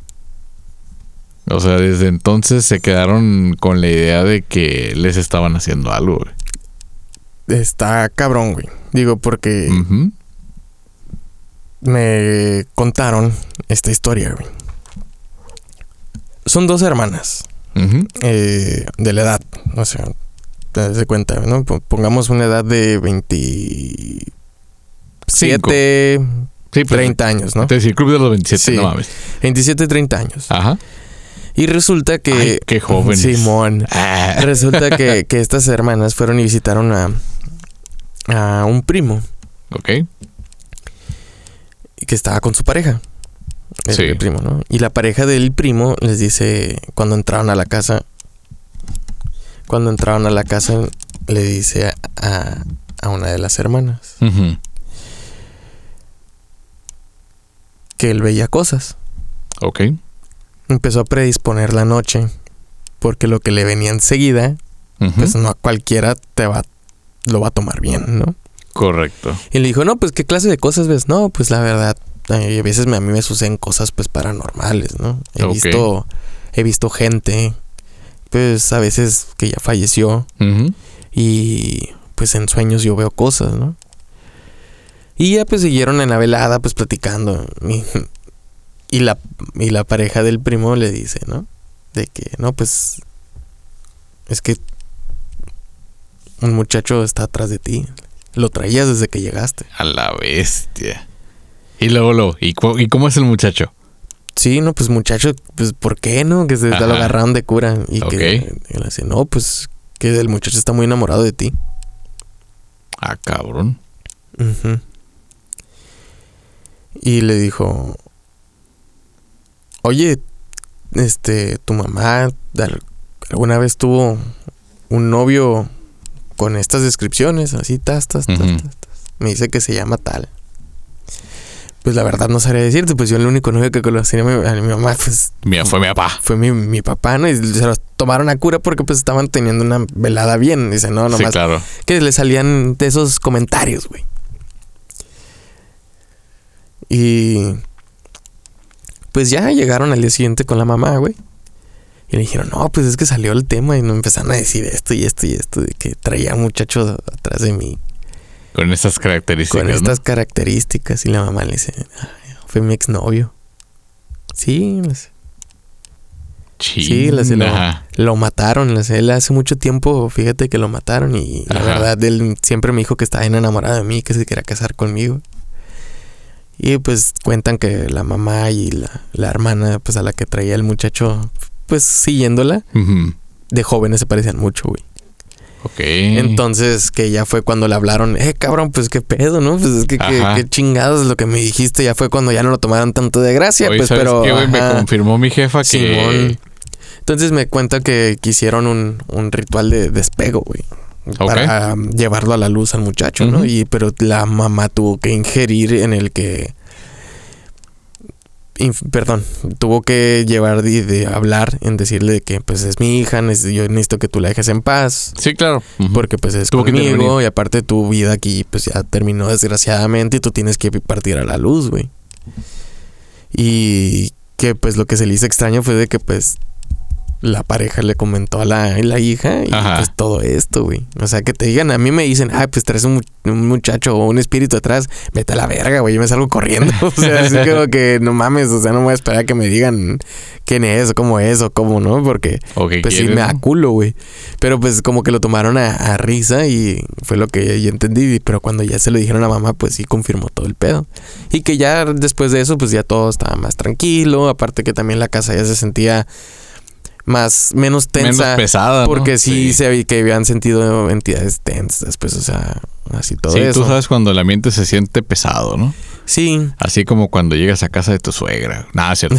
O sea, desde entonces se quedaron con la idea de que les estaban haciendo algo, güey. Está cabrón, güey. Digo, porque Ujú. me contaron esta historia, güey. Son dos hermanas Ujú. eh, de la edad. O sea, te das de cuenta, ¿no? Po- Pongamos una edad de veintisiete, Sí, pues, treinta años, ¿no? Te decía, el club de los veintisiete, Sí. no mames. veintisiete, treinta años. Ajá. Y resulta que... Ay, qué jóvenes. Simón. Ah. Resulta que, que estas hermanas fueron y visitaron a, a un primo. Ok. que estaba con su pareja. El, Sí. el primo, ¿no? Y la pareja del primo les dice, cuando entraron a la casa, cuando entraron a la casa, le dice a, a, a una de las hermanas Uh-huh. que él veía cosas. Ok. Empezó a predisponer la noche, porque lo que le venía enseguida, Uh-huh. pues no a cualquiera te va, lo va a tomar bien, ¿no? Correcto. Y le dijo, no, pues ¿qué clase de cosas ves? No, pues la verdad, a veces me- a mí me suceden cosas pues paranormales, ¿no? He Ok. visto, he visto gente, pues a veces que ya falleció Uh-huh. y pues en sueños yo veo cosas, ¿no? Y ya pues siguieron en la velada pues platicando y, y la y la pareja del primo le dice, ¿no? De que no, pues es que un muchacho está atrás de ti. Lo traías desde que llegaste. A la bestia. Y luego, luego, ¿y, cu- ¿y cómo es el muchacho? Sí, no, pues muchacho, pues ¿por qué no? Que se Ajá. lo agarraron de cura. Y Ok. que y le dice, no, pues que el muchacho está muy enamorado de ti. Ah, cabrón. Ujú. Y le dijo, oye, este, tu mamá al- alguna vez tuvo un novio con estas descripciones, así, tas, tas, tas, Ujú. tas, tas. Me dice que se llama tal. Pues la verdad no sabría decirte, pues yo el único novio que conocí a mi, a mi mamá, pues Mira, fue mi papá. fue mi, mi papá, ¿no? Y se los tomaron a cura porque pues estaban teniendo una velada bien. Dice, no, Sí, nomás claro. que le salían de esos comentarios, güey. Y pues ya llegaron al día siguiente con la mamá, güey. Y le dijeron, no, pues es que salió el tema y nos empezaron a decir esto y esto y esto, de que traía un muchacho atrás de mí Con estas características, con ¿no? estas características. Y la mamá le dice, "Ay, fue mi exnovio." Sí, le dice, sí, le dice, lo, Ajá. lo mataron. Le dice, él hace mucho tiempo, fíjate que lo mataron. Y la Ajá. verdad, él siempre me dijo que estaba bien enamorado de mí, que se quería casar conmigo. Y pues cuentan que la mamá y la, la hermana, pues a la que traía el muchacho, pues siguiéndola, Ujú. de jóvenes se parecían mucho, güey. Ok. Entonces, que ya fue cuando le hablaron, eh, cabrón, pues qué pedo, ¿no? Pues es que qué, Ajá. qué chingados lo que me dijiste. Ya fue cuando ya no lo tomaron tanto de gracia, Oye, pues, ¿sabes pero. qué, güey? Me ajá, confirmó mi jefa que... Simón. Entonces me cuenta que quisieron un, un ritual de despego, güey. Ok. Para um, llevarlo a la luz al muchacho, ¿no? Ujú. Y pero la mamá tuvo que ingerir en el que... inf- perdón, tuvo que llevar de, de hablar en decirle que pues es mi hija, neces- yo necesito que tú la dejes en paz. Sí, claro. Ujú. Porque pues es Tuvo que conmigo intervenir. y aparte tu vida aquí pues ya terminó desgraciadamente y tú tienes que partir a la luz, güey. Y que pues lo que se le hizo extraño fue de que pues la pareja le comentó a la, a la hija y Ajá. pues todo esto, güey. O sea, que te digan, a mí me dicen, ay, pues traes un, mu- un muchacho o un espíritu atrás, vete a la verga, güey, yo me salgo corriendo. O sea, así como que no mames, o sea, no me voy a esperar a que me digan quién es o cómo es o cómo, ¿no? Porque ¿O qué pues sí quieres, me da no? culo, güey. Pero pues como que lo tomaron a, a risa y fue lo que yo entendí. Pero cuando ya se lo dijeron a mamá, pues sí confirmó todo el pedo. Y que ya después de eso, pues ya todo estaba más tranquilo. Aparte que también la casa ya se sentía más, menos tensa. Menos pesada, ¿no? Porque sí, se vi que habían sentido entidades tensas, pues, o sea, así todo Sí, eso. tú sabes cuando el ambiente se siente pesado, ¿no? Sí. Así como cuando llegas a casa de tu suegra. Nada, es cierto.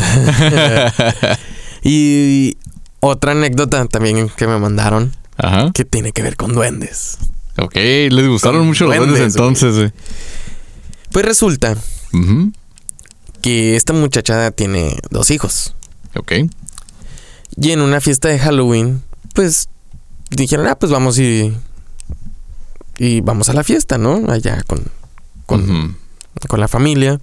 Y otra anécdota también que me mandaron Ajá. que tiene que ver con duendes. Ok, les gustaron Con mucho los duendes duendes, entonces, güey. Pues resulta Ujú. que esta muchacha tiene dos hijos. Ok. Y en una fiesta de Halloween, pues dijeron, ah, pues vamos y, y vamos a la fiesta, ¿no? Allá con, con, Ujú. con la familia.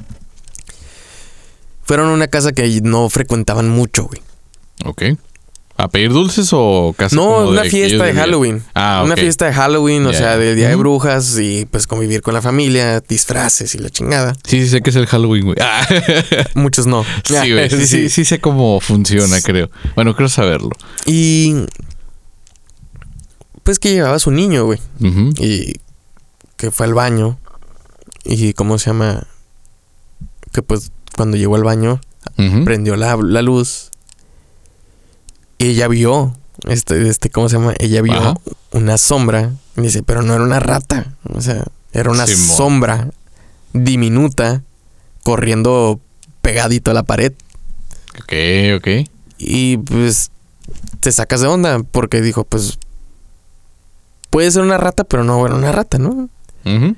Fueron a una casa que no frecuentaban mucho, güey. Ok. ¿A pedir dulces o casa No, como una que fiesta ellos de vivían? Halloween. Ah, Una ok. fiesta de Halloween, o Ya, sea, ya. del Día de Ujú. Brujas y pues convivir con la familia, disfraces y la chingada. Sí, sí sé que es el Halloween, güey. Ah. Muchos no. Sí, güey. Sí, sí, sí sé cómo funciona, creo. Bueno, creo saberlo. Y pues que llevaba a su niño, güey. Ujú. Y que fue al baño. Y cómo se llama. Que pues cuando llegó al baño, Ujú. prendió la, la luz. Y ella vio. Este, este, ¿cómo se llama? Ella vio Ajá. una sombra. Y dice, pero no era una rata. O sea, era una Simón. sombra diminuta corriendo pegadito a la pared. Ok, ok. Y pues te sacas de onda porque dijo, pues puede ser una rata, pero no era una rata, ¿no? Uh-huh.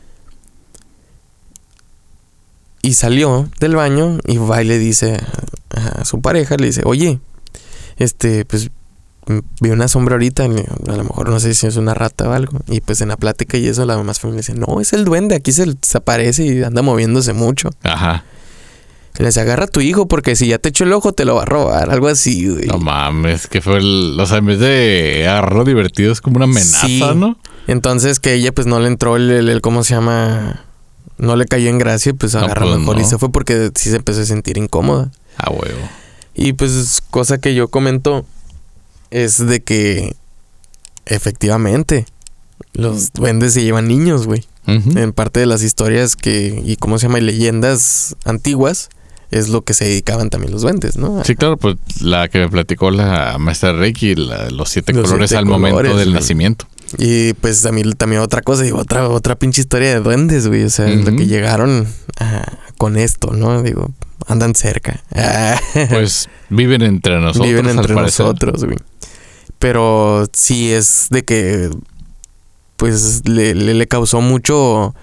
Y salió del baño y va y le dice a, a su pareja, le dice, oye, este, pues vi una sombra ahorita, a lo mejor no sé si es una rata o algo. Y pues en la plática y eso la mamá familia dice, no, es el duende, aquí se desaparece y anda moviéndose mucho. Ajá. Les agarra a tu hijo porque si ya te echó el ojo te lo va a robar, algo así, güey. No mames, que fue el... O sea, en vez de agarrarlo divertido es como una amenaza, sí. ¿no? Entonces que ella pues no le entró el, el, el ¿cómo se llama? No le cayó en gracia, pues agarra no, pues mejor no. y se fue porque sí se empezó a sentir incómoda. A huevo. Y pues cosa que yo comento es de que efectivamente los duendes se llevan niños, güey. Uh-huh. En parte de las historias que, y cómo se llama, y leyendas antiguas, es lo que se dedicaban también los duendes, ¿no? Sí, claro, pues la que me platicó la maestra Reiki, la, los siete Los colores siete al colores, momento del güey. nacimiento. Y pues también, también otra cosa, digo, otra, otra pinche historia de duendes, güey. O sea, Uh-huh. lo que llegaron a, con esto, ¿no? Digo, andan cerca. Pues viven entre nosotros. Viven al entre parecer. nosotros, güey. Pero sí es de que pues le, le, le causó mucho.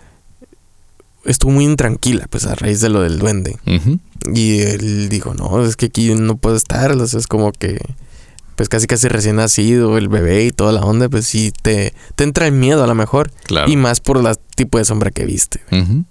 Estuvo muy intranquila, pues a raíz de lo del duende. Uh-huh. Y él dijo, no, es que aquí no puedo estar. O sea, es como que pues casi casi recién nacido, el bebé y toda la onda, pues sí te, te entra el miedo a lo mejor. Claro. Y más por el tipo de sombra que viste. Uh-huh.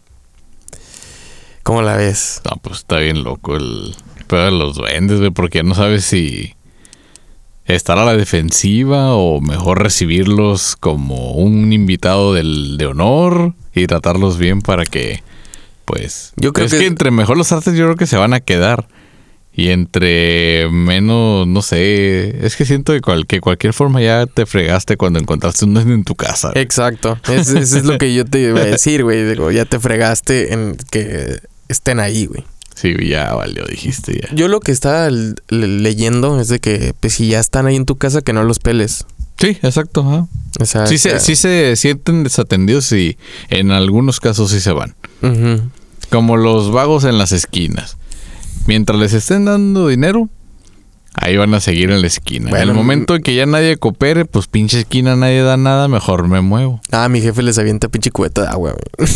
¿Cómo la ves? No, pues está bien loco el pedo de los duendes, güey, porque no sabes si estar a la defensiva o mejor recibirlos como un invitado del, de honor y tratarlos bien para que, pues... Yo creo es que- que entre mejor los trates yo creo que se van a quedar. Y entre menos, no sé, es que siento que, cual, que cualquier forma ya te fregaste cuando encontraste un duende en tu casa. Exacto. Es- Eso es lo que yo te iba a decir, güey. Digo, ya te fregaste en que estén ahí, güey. Sí, ya valió, dijiste ya. Yo lo que estaba l- le- leyendo es de que pues, si ya están ahí en tu casa, que no los peles. Sí, exacto. Ajá. O sea, Sí, que- se, sí se sienten desatendidos y en algunos casos sí se van. Ujú. Como los vagos en las esquinas. Mientras les estén dando dinero, ahí van a seguir en la esquina. Bueno, en el momento en que ya nadie coopere, pues pinche esquina nadie da nada, mejor me muevo. Ah, mi jefe les avienta pinche cubeta de agua, güey.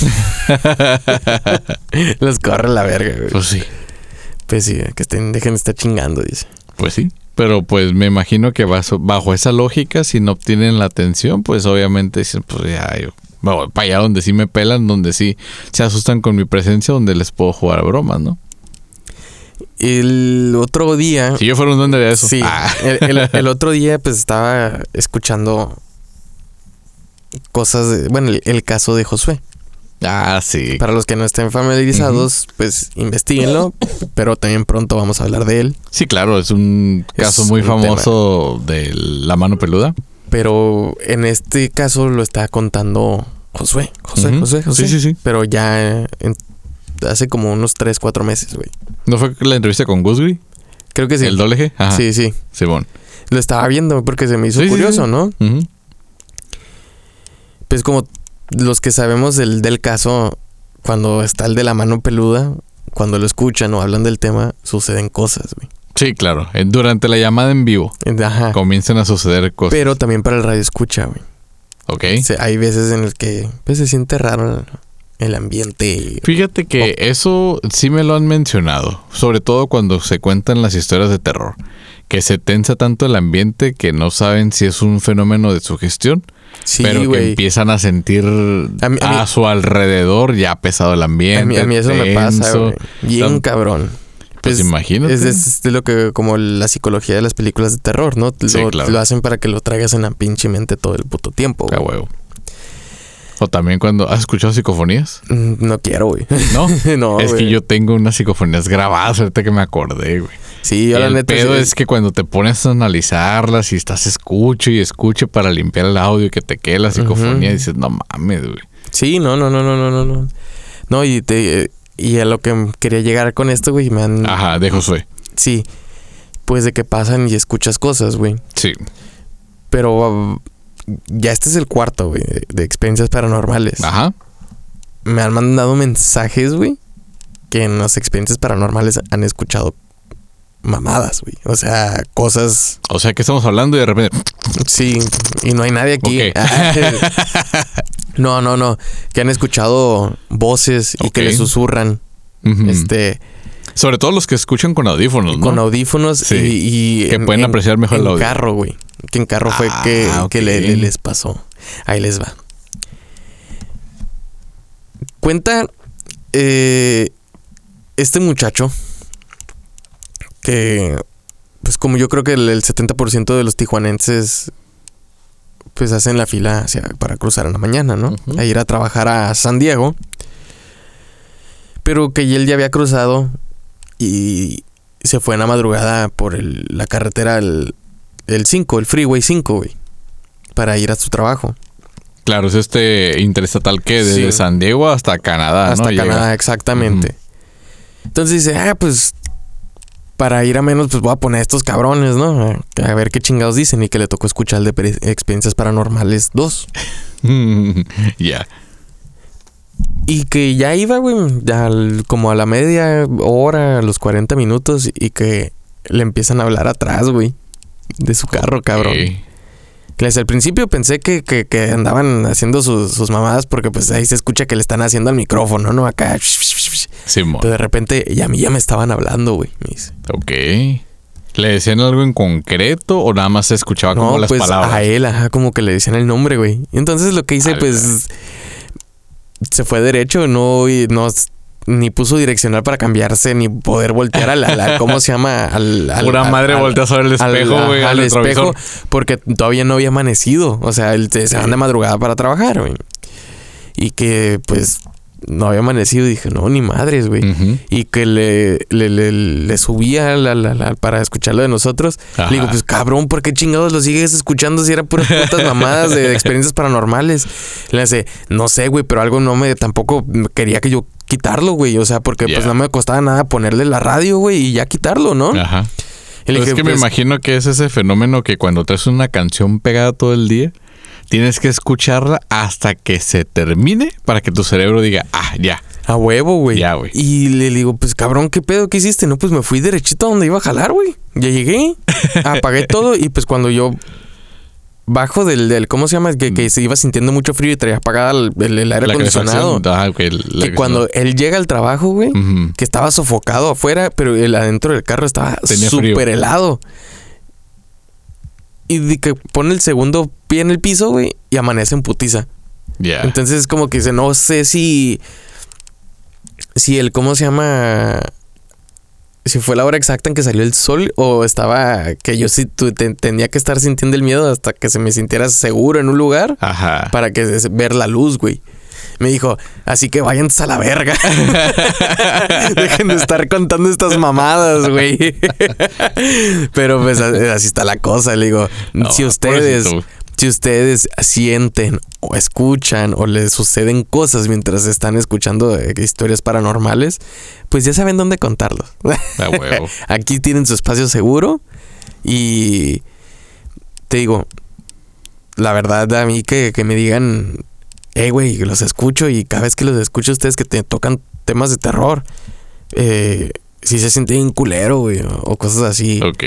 Los corre a la verga, güey. Pues sí, Pues sí, que estén, dejen de estar chingando, dice. pues sí. Pero pues me imagino que bajo, bajo esa lógica, si no obtienen la atención, pues obviamente dicen, pues ya, yo me voy para allá donde sí me pelan, donde sí se asustan con mi presencia, donde les puedo jugar bromas, ¿no? El otro día... Si yo fuera un duende de eso. Sí, Ah. el, el- el otro día pues estaba escuchando cosas de... Bueno, el, el caso de Josué. Ah, sí. Para los que no estén familiarizados, pues investiguenlo, pero también pronto vamos a hablar de él. Sí, claro, es un caso Es muy un famoso de la mano peluda. Pero en este caso lo está contando Josué. Josué, Ujú. Josué, Josué. Sí, sí, sí. Pero ya en- hace como unos tres, cuatro meses, güey. ¿No fue la entrevista con Gusgri? Creo que sí. ¿El doble G? Ajá. Sí, sí. Simón. Lo estaba viendo porque se me hizo Sí, sí, curioso, sí. ¿no? Ujú. Pues como los que sabemos del, del caso, cuando está el de la mano peluda, cuando lo escuchan o hablan del tema, suceden cosas, güey. Sí, claro. Eh, Durante la llamada en vivo Ajá. comienzan a suceder cosas. Pero también para el radio escucha, güey. Ok. Se- hay veces en el que pues, se siente raro el, el ambiente. Fíjate que eso sí me lo han mencionado. Sobre todo cuando se cuentan las historias de terror. Que se tensa tanto el ambiente que no saben si es un fenómeno de sugestión. Sí, pero que güey. empiezan a sentir a, A mí- a mí- su alrededor ya pesado el ambiente. A mí, a mí eso me pasa, tenso. güey. Bien Tan- cabrón. Pues imagínate. Es, es de lo que, como la psicología de las películas de terror, ¿no? Sí, lo, claro. lo hacen para que lo traigas en la pinche mente todo el puto tiempo, A güey. huevo. O también cuando... ¿Has escuchado psicofonías? Mm, No quiero, güey. ¿No? No, es güey. que yo tengo unas psicofonías grabadas, ahorita que me acordé, güey. Sí, yo la El neta... pedo sí- es que cuando te pones a analizarlas y estás escuche y escuche para limpiar el audio y que te quede la psicofonía, Ujú. dices, no mames, güey. Sí, no, no, no, no, no, no, no. No, y te... Y a lo que quería llegar con esto, güey, me han... Ajá, de Josué. Sí. Pues de que pasan y escuchas cosas, güey. Sí. Pero... uh, ya este es el cuarto, güey, de, de experiencias paranormales. Ajá. Me han mandado mensajes, güey, que en las experiencias paranormales han escuchado mamadas, güey. O sea, cosas... O sea, que estamos hablando y de repente... Sí, y no hay nadie aquí. Okay. No, no, no. Que han escuchado voces y okay. que le susurran. Uh-huh. Este... Sobre todo los que escuchan con audífonos, ¿no? Con audífonos sí. y, y... Que en, pueden apreciar mejor en el audio. En carro, güey. Que en carro fue ah, que, okay. que le, le, les pasó. Ahí les va. Cuenta... Eh, este muchacho... Que... Pues como yo creo que el, el setenta por ciento de los tijuanenses... Pues hacen la fila hacia, para cruzar en la mañana, ¿no? Uh-huh. A ir a trabajar a San Diego. Pero que él ya había cruzado... Y se fue en la madrugada por el, la carretera, el, el cinco, el Freeway cinco, güey. Para ir a su trabajo. Claro, es este interestatal que desde sí. San Diego hasta Canadá, hasta ¿no? Hasta Canadá, Llega. Exactamente. Uh-huh. Entonces dice, ah, pues... Para ir a menos, pues voy a poner a estos cabrones, ¿no? A, a ver qué chingados dicen. Y que le tocó escuchar el de Pre- Experiencias Paranormales dos. Ya. Yeah. Y que ya iba, güey, ya al, como a la media hora, a los cuarenta minutos, y que le empiezan a hablar atrás, güey, de su carro, cabrón. Okay. Que desde el principio pensé que, que, que andaban haciendo sus, sus mamadas porque pues ahí se escucha que le están haciendo al micrófono, ¿no? Acá. Sí, pero de repente, y a mí ya me estaban hablando, güey. Ok. ¿Le decían algo en concreto o nada más se escuchaba como no, las pues, palabras? A él, ajá, como que le decían el nombre, güey. Y entonces lo que hice, Alga. pues... Se fue derecho, no, no ni puso direccional para cambiarse, ni poder voltear a la, la ¿cómo se llama? Al, al, Pura al, madre, volteas a ver el espejo, güey. Al, al espejo, retrovisor. Porque todavía no había amanecido. O sea, él se van de madrugada para trabajar, güey. Y que, pues, no había amanecido. Y dije, no, ni madres, güey. Uh-huh. Y que le, le, le, le subía la, la, la, para escucharlo de nosotros. Ajá. Le digo, pues, cabrón, ¿por qué chingados lo sigues escuchando si era puras putas mamadas de experiencias paranormales? Le dice, no sé, güey, pero algo no me... Tampoco quería que yo quitarlo, güey. O sea, porque yeah. pues no me costaba nada ponerle la radio, güey, y ya quitarlo, ¿no? Ajá. Y le dije, es que pues, me imagino que es ese fenómeno que cuando traes una canción pegada todo el día... Tienes que escucharla hasta que se termine para que tu cerebro diga, ah, ya. A huevo, güey. Ya, güey. Y le digo, pues cabrón, ¿qué pedo? ¿Qué hiciste? No, pues me fui derechito a donde iba a jalar, güey. Ya llegué, apagué todo y pues cuando yo bajo del, del ¿cómo se llama? Que, que se iba sintiendo mucho frío y traía apagada el, el, el aire acondicionado. Ah, okay, la que cuando él llega al trabajo, güey, uh-huh. que estaba sofocado afuera, pero el adentro del carro estaba súper helado. Y de que pone el segundo pie en el piso, güey, y amanece en putiza. Yeah. Entonces es como que dice, no sé si... Si el, ¿cómo se llama? Si fue la hora exacta en que salió el sol o estaba... Que yo sí tu, te, tenía que estar sintiendo el miedo hasta que se me sintiera seguro en un lugar. Ajá. Para que ver la luz, güey. Me dijo, así que váyanse a la verga. Dejen de estar contando estas mamadas, güey. Pero pues así está la cosa. Le digo, no, si ustedes, si ustedes sienten o escuchan o les suceden cosas mientras están escuchando historias paranormales, pues ya saben dónde contarlos. A huevo. Aquí tienen su espacio seguro. Y te digo, la verdad a mí que, que me digan... Eh, güey, los escucho y cada vez que los escucho ustedes que te tocan temas de terror, eh, sí se siente bien culero, güey, o, o cosas así. Ok.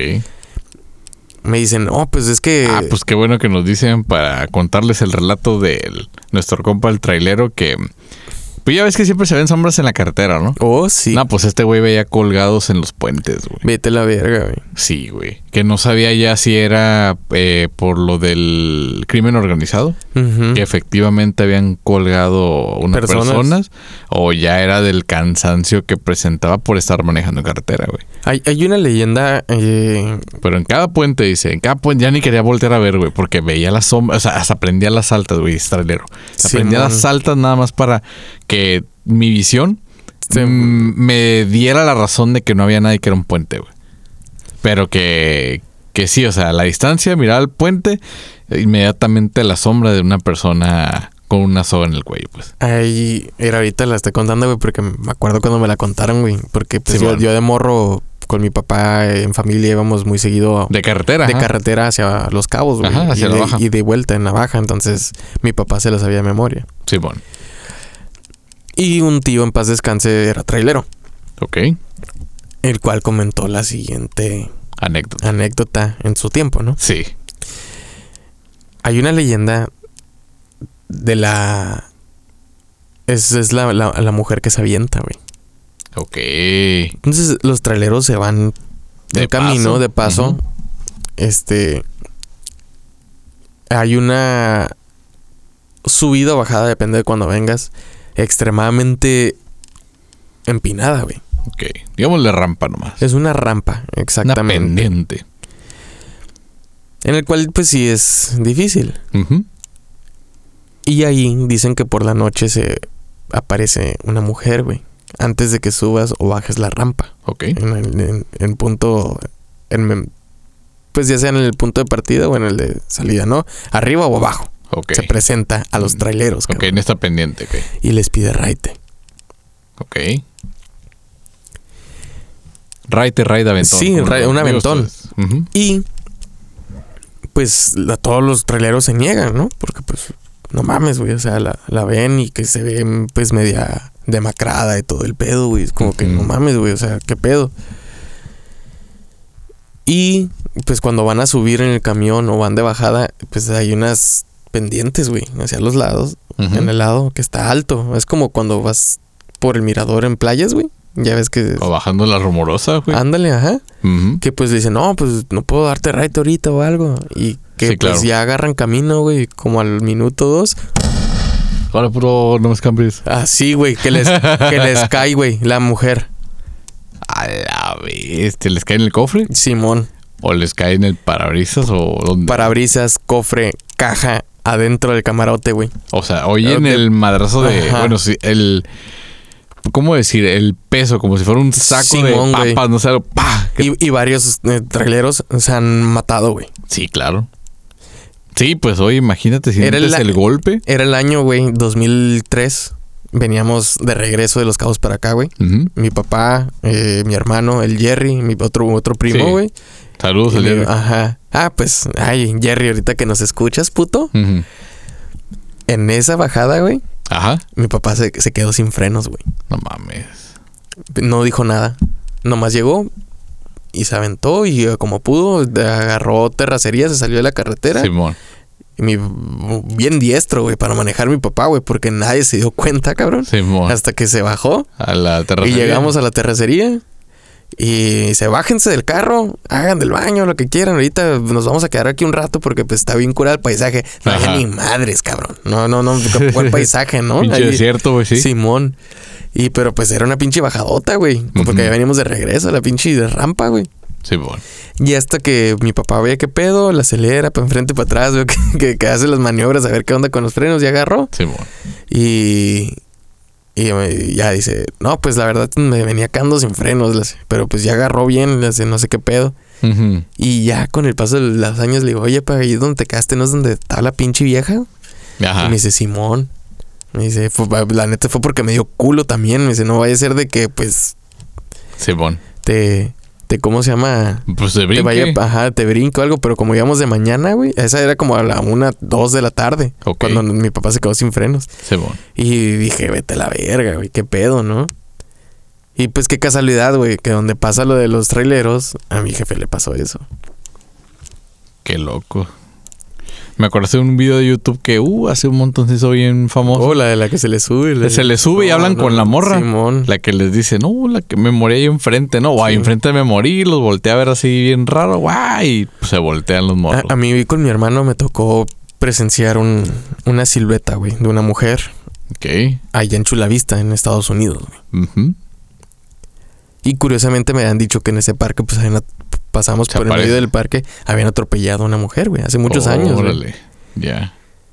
Me dicen, oh, pues es que... Ah, pues qué bueno que nos dicen para contarles el relato de nuestro compa el trailero que... Pues ya ves que siempre se ven sombras en la carretera, ¿no? Oh, sí. No, pues este güey veía colgados en los puentes, güey. Vete a la verga, güey. Sí, güey. Que no sabía ya si era eh, por lo del crimen organizado. Uh-huh. Que efectivamente habían colgado unas personas. personas. O ya era del cansancio que presentaba por estar manejando en carretera, güey. Hay, hay una leyenda... Eh... Pero en cada puente, dice. En cada puente ya ni quería voltear a ver, güey. Porque veía las sombras. O sea, hasta prendía las altas, güey. Es trailero. Sí, prendía man. las altas nada más para... que mi visión sí. m- me diera la razón de que no había nadie que era un puente, güey. Pero que, que sí, o sea, a la distancia, miraba el puente, inmediatamente la sombra de una persona con una soga en el cuello, pues. Ahí, era ahorita la estoy contando, güey, porque me acuerdo cuando me la contaron, güey. Porque pues, sí, yo, bueno. yo de morro... Con mi papá en familia íbamos muy seguido... De carretera. De ajá. carretera hacia Los Cabos, güey. Ajá, hacia y la de, baja. Y de vuelta en la baja. Entonces, mi papá se lo sabía de memoria. Sí, bueno. Y un tío en paz descanse era trailero. Ok. El cual comentó la siguiente Anécdota. anécdota en su tiempo, ¿no? Sí. Hay una leyenda de la... Es, es la, la, la mujer que se avienta, güey. Ok. Entonces los traileros se van de, de camino, paso. de paso. Uh-huh. Este... Hay una subida o bajada, depende de cuando vengas, extremadamente empinada, güey. Ok. Digámosle rampa nomás. Es una rampa, exactamente. Una pendiente. En el cual, pues sí, es difícil. Uh-huh. Y ahí dicen que por la noche se aparece una mujer, güey. Antes de que subas o bajes la rampa. Ok. En, el, en, en punto... En, pues ya sea en el punto de partida o en el de salida, ¿no? Arriba o abajo. Ok. Se presenta a los traileros, cabrón. Ok, en esta pendiente, ok. Y les pide raite. Ok. Raite, raite, aventón. Sí, un, un aventón. Uh-huh. Y pues a todos los traileros se niegan, ¿no? Porque pues no mames, güey. O sea, la, la ven y que se ven pues media demacrada y todo el pedo, güey. Es como uh-huh. que no mames, güey. O sea, ¿qué pedo? Y pues cuando van a subir en el camión o van de bajada, pues hay unas pendientes, güey, hacia los lados. Uh-huh. En el lado que está alto. Es como cuando vas por el mirador en playas, güey. Ya ves que... O bajando la Rumorosa, güey. Ándale, ajá. Uh-huh. Que pues dicen, no, pues no puedo darte raite ahorita o algo. Y que sí, pues claro. ya agarran camino, güey, como al minuto dos. Ahora puro, no me escambres. Así, güey, que les, que les cae, güey, la mujer. A la vez, ¿te les cae en el cofre? Simón. ¿O les cae en el parabrisas o dónde? Parabrisas, cofre, caja, adentro del camarote, güey. O sea, oyen de... el madrazo de... Ajá. Bueno, sí, el... ¿Cómo decir? El peso, como si fuera un saco Simón, de papas, güey. No sé, ¡pah! Y, y varios eh, traileros se han matado, güey. Sí, claro. Sí, pues oye, imagínate si era el, el golpe. Era el año, güey, dos mil tres. Veníamos de regreso de Los Cabos para acá, güey. Uh-huh. Mi papá, eh, mi hermano, el Jerry, mi otro, otro primo, güey. Sí. Saludos, el Jerry. Ajá. Ah, pues, ay, Jerry, ahorita que nos escuchas, puto. Uh-huh. En esa bajada, güey. Ajá. Mi papá se, se quedó sin frenos, güey. No mames. No dijo nada. Nomás llegó y se aventó y como pudo, agarró terracería, se salió de la carretera. Simón. Y mi, bien diestro, güey, para manejar mi papá, güey, porque nadie se dio cuenta, cabrón. Simón. Hasta que se bajó. A la terracería. Y llegamos a la terracería. Y se bájense del carro, hagan del baño, lo que quieran. Ahorita nos vamos a quedar aquí un rato porque pues está bien curado el paisaje. No había ni madres, cabrón. No, no, no. Buen paisaje, ¿no? Pinche Ahí, desierto, güey, sí. Simón. Y pero pues era una pinche bajadota, güey. Uh-huh. Porque ya veníamos de regreso a la pinche de rampa, güey. Simón. Y hasta que mi papá veía qué pedo, la acelera para enfrente, para atrás, veo que, que, que hace las maniobras a ver qué onda con los frenos y agarró. Simón. Y... Y ya dice, no, pues la verdad me venía cagando sin frenos, pero pues ya agarró bien, no sé qué pedo. Uh-huh. Y ya con el paso de los años le digo, oye, pa, ahí donde te quedaste, ¿no es donde está la pinche vieja? Ajá. Y me dice, Simón. Me dice, fue, la neta fue porque me dio culo también. Me dice, no vaya a ser de que, pues... Simón. Te... te ¿Cómo se llama? Pues te brinque. Te vaya, ajá, te brinco algo, pero como íbamos de mañana, güey. Esa era como a la una, dos de la tarde. Okay. Cuando mi papá se quedó sin frenos. Simón. Y dije, vete a la verga, güey, qué pedo, ¿no? Y pues qué casualidad, güey, que donde pasa lo de los traileros, a mi jefe le pasó eso. Qué loco. Me acuerdo de un video de YouTube que, uh, hace un montón se hizo bien famoso. Oh, la de la que se le sube. La se le sube no, y hablan no, con la morra. Simón. La que les dice, no, la que me morí ahí enfrente. No, guay, sí. Enfrente me morí, los volteé a ver así bien raro, guay. Y pues, se voltean los morros. A, a mí con mi hermano me tocó presenciar un, una silueta, güey, de una mujer. Ok. Allá en Chula Vista, en Estados Unidos, güey. Uh-huh. Y curiosamente me han dicho que en ese parque, pues, hay una... pasamos por aparece. El medio del parque, habían atropellado a una mujer, güey, hace muchos oh, años. Órale, ya. Yeah.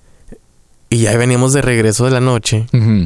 Y ya veníamos de regreso de la noche. Uh-huh.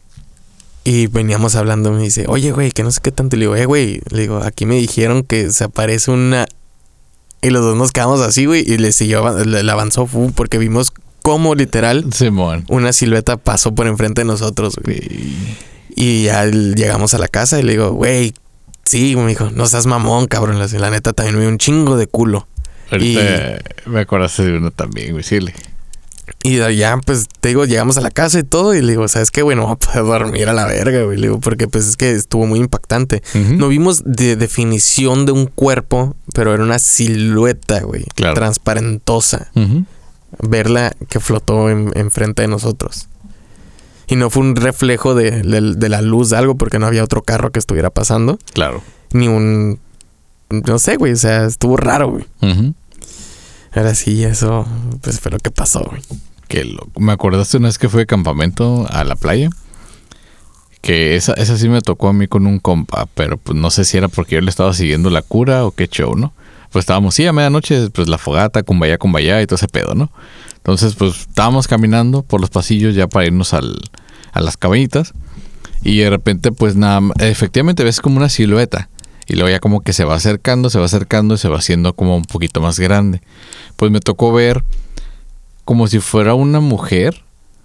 Y veníamos hablando, me dice, oye, güey, que no sé qué tanto. Le digo, eh, güey, le digo, aquí me dijeron que se aparece una... Y los dos nos quedamos así, güey, y le siguió, le, le avanzó, fu, porque vimos cómo literal Simón. Una silueta pasó por enfrente de nosotros, güey. Y ya llegamos a la casa y le digo, güey, sí, me dijo, no seas mamón, cabrón. La, la neta también me dio un chingo de culo. Ahorita y... me acordaste de uno también, güey, sí. Y ya, pues, te digo, llegamos a la casa y todo. Y le digo, ¿sabes qué, güey? No voy a poder dormir a la verga, güey. Le digo, porque pues es que estuvo muy impactante. Uh-huh. No vimos de definición de un cuerpo, pero era una silueta, güey. Claro. Transparentosa. Uh-huh. Verla que flotó en, enfrente de nosotros. Y no fue un reflejo de, de, de la luz de algo, porque no había otro carro que estuviera pasando. Claro. Ni un... No sé, güey. O sea, estuvo raro, güey. Uh-huh. Ahora sí, eso... Pues fue lo que pasó, güey. Que lo, me acordaste una vez que fui de campamento a la playa. Que esa, esa sí me tocó a mí con un compa. Pero pues no sé si era porque yo le estaba siguiendo la cura o qué show, ¿no? Pues estábamos, sí, a medianoche, pues la fogata, cumbaya, cumbaya y todo ese pedo, ¿no? Entonces, pues estábamos caminando por los pasillos ya para irnos al, a las cabañitas. Y de repente, pues nada, efectivamente ves como una silueta. Y luego ya como que se va acercando, se va acercando y se va haciendo como un poquito más grande. Pues me tocó ver como si fuera una mujer,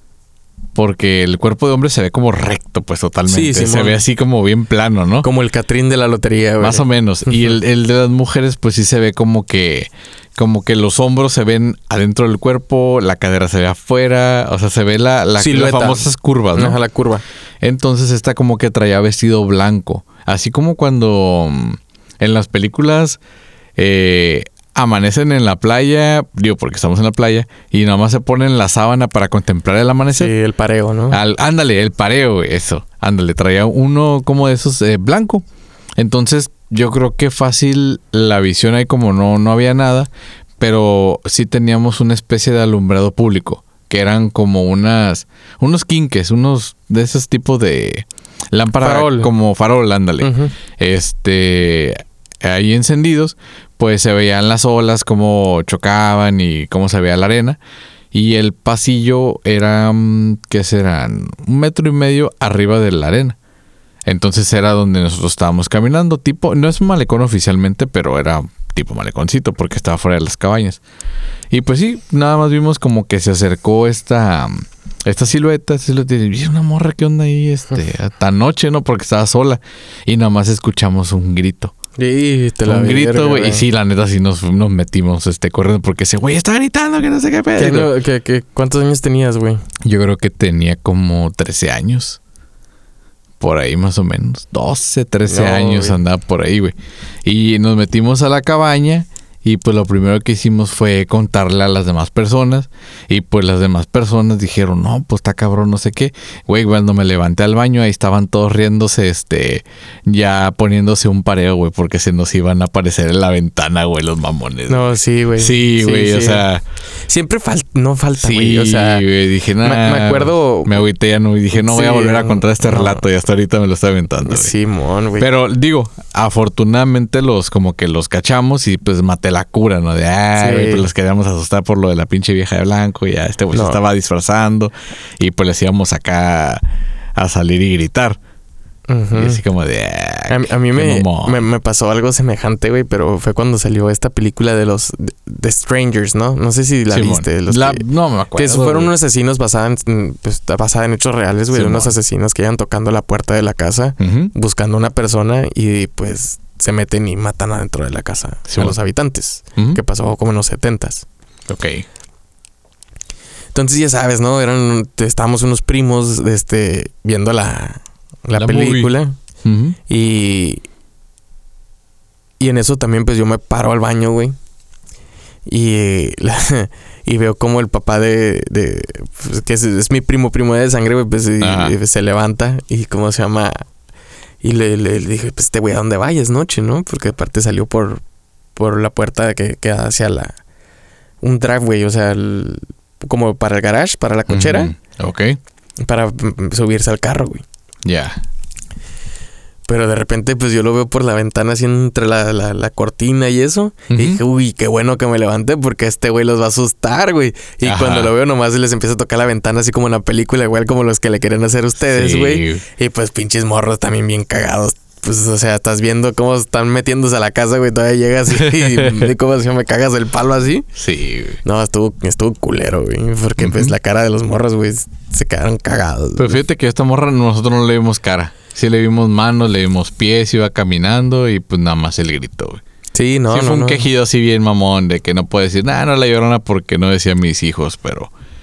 porque el cuerpo de hombre se ve como recto, pues totalmente. Sí, se Simón. Ve así como bien plano, ¿no? Como el Catrín de la lotería, güey. Más o menos. Y el, el de las mujeres, pues sí se ve como que, como que los hombros se ven adentro del cuerpo, la cadera se ve afuera, o sea, se ve la, la las famosas curvas, ¿no? Ajá, la curva. Entonces esta como que traía vestido blanco. Así como cuando en las películas eh, amanecen en la playa, digo porque estamos en la playa, y nada más se ponen la sábana para contemplar el amanecer. Sí, el pareo, ¿no? Al, ándale, el pareo, eso. Ándale, traía uno como de esos eh, blanco. Entonces yo creo que fácil la visión ahí, como no, no había nada, pero sí teníamos una especie de alumbrado público, que eran como unas, unos quinques, unos de esos tipos de lámpara, farol. Como farol, ándale. Uh-huh. Este, ahí encendidos, pues se veían las olas, cómo chocaban y cómo se veía la arena. Y el pasillo era, ¿qué serán? Un metro y medio arriba de la arena. Entonces era donde nosotros estábamos caminando, tipo, no es un malecón oficialmente, pero era tipo maleconcito porque estaba fuera de las cabañas. Y pues sí, nada más vimos como que se acercó esta, esta silueta, silueta y una morra, ¿qué onda ahí? Este, tan noche, ¿no? Porque estaba sola. Y nada más escuchamos un grito. Sí, te la un grito, güey. Y sí, la neta, sí nos, nos metimos este, corriendo porque ese güey está gritando, que no sé qué pedo. ¿Qué, no, qué, qué, ¿Cuántos años tenías, güey? Yo creo que tenía como trece años. Por ahí más o menos. doce, trece no, años güey. Andaba por ahí, güey. Y nos metimos a la cabaña. Y pues lo primero que hicimos fue contarle a las demás personas. Y pues las demás personas dijeron, no, pues está cabrón, no sé qué. Güey, cuando me levanté al baño, ahí estaban todos riéndose, este, ya poniéndose un pareo, güey, porque se nos iban a aparecer en la ventana, güey, los mamones. No, güey. sí, güey. Sí, güey, sí, o sí. sea. Siempre falta, no falta, sí, güey, o sea. Sí, güey, dije, nada. Me, me acuerdo. Me agüité ya, no, y dije, no sí, voy a volver a contar este no. relato, y hasta ahorita me lo está aventando, güey. Simón, güey. Pero digo, afortunadamente los, como que los cachamos y pues maté la cura, ¿no? De, ay, sí. pues los queríamos asustar por lo de la pinche vieja de blanco y ya este güey no. se estaba disfrazando y pues les íbamos acá a salir y gritar. Uh-huh. Y así como de... Ah, a, a mí me, me, me pasó algo semejante, güey, pero fue cuando salió esta película de los The Strangers, ¿no? No sé si la sí, viste. Los la, que, no me acuerdo. Que fueron güey. unos asesinos basados en, pues, basada en hechos reales, güey. Sí, unos man. asesinos que iban tocando la puerta de la casa uh-huh. buscando a una persona y pues... se meten y matan adentro de la casa sí, a bueno. los habitantes. Uh-huh. Que pasó como en los setentas. Ok. Entonces ya sabes, ¿no? Eran, estábamos unos primos este, viendo la, la, la película. Uh-huh. Y... Y en eso también pues yo me paro al baño, güey. Y... La, y veo como el papá de... de pues, que es, es mi primo, primo de sangre, güey. Pues y, y se levanta y ¿cómo se llama? Y le, le, le dije, pues te voy a donde vayas noche, ¿no? Porque aparte salió por, por la puerta que queda hacia la... un driveway, o sea, el, como para el garage, para la cochera. Mm-hmm. Ok. Para m- subirse al carro, güey. Ya. Yeah. Pero de repente, pues yo lo veo por la ventana así entre la, la, la cortina y eso. Uh-huh. Y dije, uy, qué bueno que me levanté porque este güey los va a asustar, güey. Y ajá. cuando lo veo nomás les empieza a tocar la ventana así como en la película, igual como los que le quieren hacer ustedes, güey. Sí. Y pues pinches morros también bien cagados. Pues, o sea, estás viendo cómo están metiéndose a la casa, güey. Todavía llegas y, y cómo se me cagas el palo así. Sí, güey. No, estuvo, estuvo culero, güey. Porque uh-huh. pues la cara de los morros, güey, se quedaron cagados. Pero fíjate que a esta morra nosotros no le vimos cara. Sí le vimos manos, le vimos pies, iba caminando y pues nada más el grito, güey. Sí, no, sí, no, fue un no. quejido así bien mamón de que no puede decir, nada, no la llorona porque no decía mis hijos, pero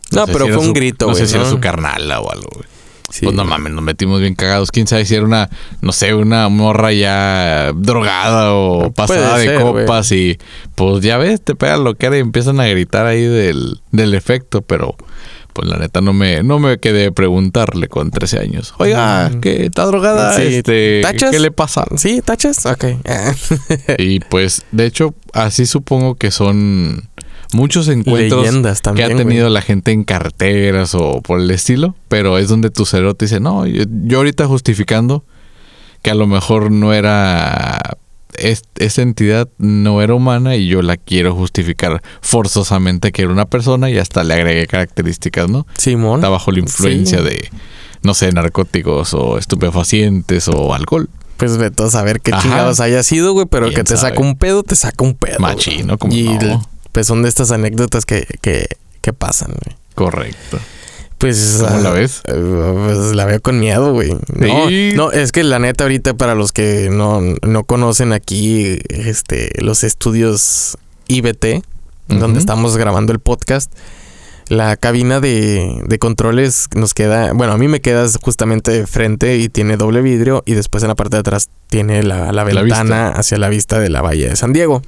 No, sé pero si fue un su- grito, No güey. sé si ¿no? era su carnala o algo, güey. Sí. Pues no mames, nos metimos bien cagados. Quién sabe si era una, no sé, una morra ya drogada o Puede pasada de ser, copas y pues ya ves, te pegan lo que era y empiezan a gritar ahí del, del efecto, pero pues la neta no me, no me quedé de preguntarle con trece años. Oiga, Mm. ¿qué está drogada? Sí. Este, ¿Tachas? ¿qué le pasa? ¿Sí? ¿Tachas? Ok. Y pues, de hecho, así supongo que son muchos encuentros Leyendas también, que ha tenido güey. la gente en carreteras o por el estilo, pero es donde tu cerebro te dice, no, yo, yo ahorita justificando que a lo mejor no era, es, esa entidad no era humana y yo la quiero justificar forzosamente que era una persona y hasta le agregué características, ¿no? Simón. Está bajo la influencia Sí. de, no sé, narcóticos o estupefacientes o alcohol. Pues vete a saber qué Ajá. chingados haya sido, güey, pero ¿Quién que te sabe? saca un pedo, te saca un pedo. güey. Machino, como Y no. pues son de estas anécdotas que, que, que pasan, güey. Correcto. Pues, ¿Cómo ah, la ves? eh, Pues la veo con miedo, güey. No, Sí. no, es que la neta ahorita para los que no, no conocen aquí este, los estudios I B T, Ujú. donde estamos grabando el podcast, la cabina de, de controles nos queda, bueno, a mí me queda justamente de frente y tiene doble vidrio y después en la parte de atrás tiene la, la La ventana hacia la vista de la bahía de San Diego.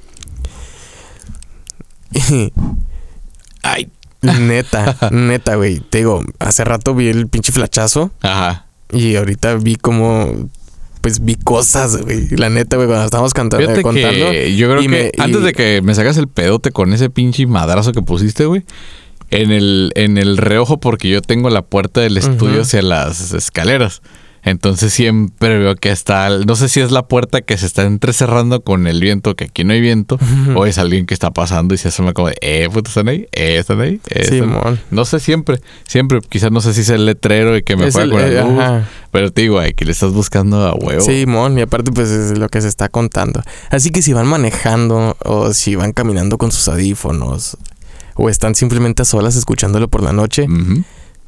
Ay. Neta, neta, güey. Te digo, hace rato vi el pinche flachazo Ajá. y ahorita vi como, pues vi cosas, güey. La neta, güey, cuando estábamos cantando, Fíjate contando. que yo creo y que me- y- antes de que me sacas el pedote con ese pinche madrazo que pusiste, güey, en el, en el reojo, porque yo tengo la puerta del estudio Ujú. hacia las escaleras. Entonces siempre veo que está, no sé si es la puerta que se está entrecerrando con el viento, que aquí no hay viento, o es alguien que está pasando y se asoma como de, eh, puto, ¿están ahí? Eh, ¿están ahí? Eh, ¿están ahí?". Simón. No sé, siempre, siempre, quizás no sé si es el letrero y que me Es juega el- con eh, la luz, ajá. pero te digo, ay, que le estás buscando a huevo. Sí, mon, y aparte pues es lo que se está contando. Así que si van manejando o si van caminando con sus audífonos o están simplemente a solas escuchándolo por la noche, Ujú.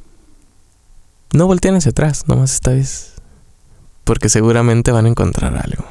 no volteen hacia atrás, nomás esta vez. Porque seguramente van a encontrar algo.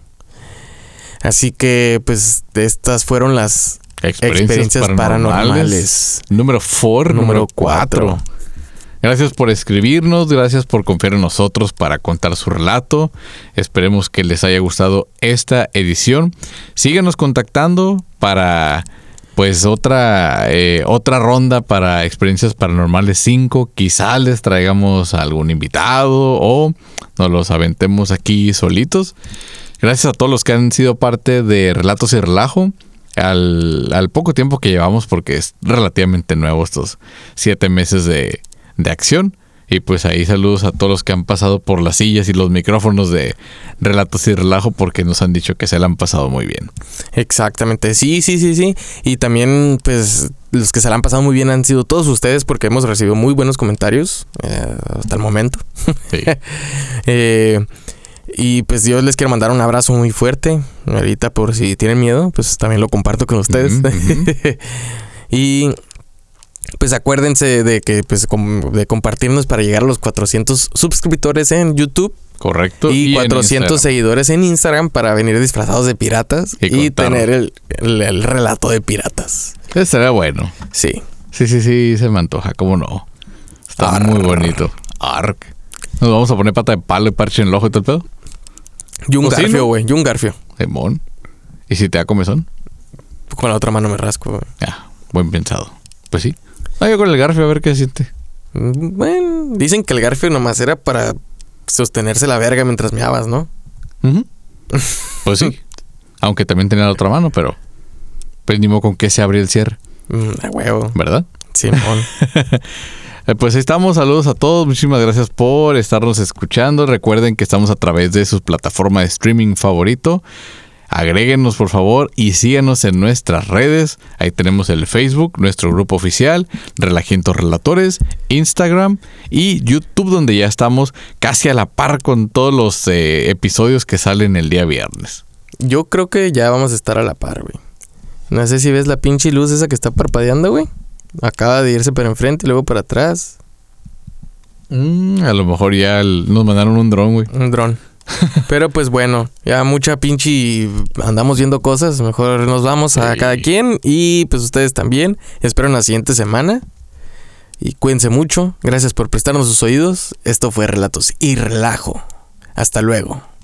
Así que pues estas fueron las Experiencias, experiencias paranormales. paranormales. Número cuatro, Número número cuatro. Gracias por escribirnos, gracias por confiar en nosotros para contar su relato. Esperemos que les haya gustado esta edición. Síguenos contactando para pues otra eh, otra ronda para experiencias paranormales cinco. Quizá les traigamos a algún invitado o nos los aventemos aquí solitos. Gracias a todos los que han sido parte de Relatos y Relajo. Al, al poco tiempo que llevamos, porque es relativamente nuevo estos siete meses de, de acción. Y pues ahí saludos a todos los que han pasado por las sillas y los micrófonos de Relatos y Relajo, porque nos han dicho que se la han pasado muy bien. Exactamente, sí, sí, sí, sí. Y también, pues, los que se la han pasado muy bien han sido todos ustedes porque hemos recibido muy buenos comentarios eh, hasta el momento. Sí. Eh, y pues yo les quiero mandar un abrazo muy fuerte. Ahorita, por si tienen miedo, pues también lo comparto con ustedes. Ujú, ujú. Y pues acuérdense de que pues com- de compartirnos para llegar a los cuatrocientos suscriptores en YouTube. Correcto. Y, en cuatrocientos Instagram. seguidores en Instagram para venir disfrazados de piratas Y y, contar. tener el, el- el relato de piratas. Ese será bueno. Sí. Sí, sí, sí, se me antoja, cómo no. Está Arr. muy bonito. Arc. Nos vamos a poner pata de palo y parche en el ojo y todo el pedo. Y un ¿O sí, garfio, no? güey. Y un garfio. Simón. ¿Y si te da comezón? Con la otra mano me rasco, güey. Ya, buen pensado. Pues sí. Ah, yo con el garfio a ver qué siente. Mm, Bueno, dicen que el garfio nomás era para sostenerse la verga mientras meabas, ¿no? Ujú. Pues sí. Aunque también tenía la otra mano, pero... Pues ni modo con qué se abría el cierre, Mm, a huevo. ¿verdad? Simón. Eh, Pues ahí estamos, saludos a todos, muchísimas gracias por estarnos escuchando. Recuerden que estamos a través de su plataforma de streaming favorito. Agréguenos por favor y síganos en nuestras redes. Ahí tenemos el Facebook, nuestro grupo oficial, Relajientos Relatores, Instagram y YouTube, donde ya estamos casi a la par con todos los eh, episodios que salen el día viernes. Yo creo que ya vamos a estar a la par, güey. No sé si ves la pinche luz esa que está parpadeando, güey. Acaba de irse para enfrente y luego para atrás. Mm, a lo mejor ya el- nos mandaron un dron, güey. Un dron. Pero pues bueno, ya mucha pinche andamos viendo cosas. Mejor nos vamos a Sí. cada quien. Y pues ustedes también. Espero en la siguiente semana. Y cuídense mucho. Gracias por prestarnos sus oídos. Esto fue Relatos y Relajo. Hasta luego.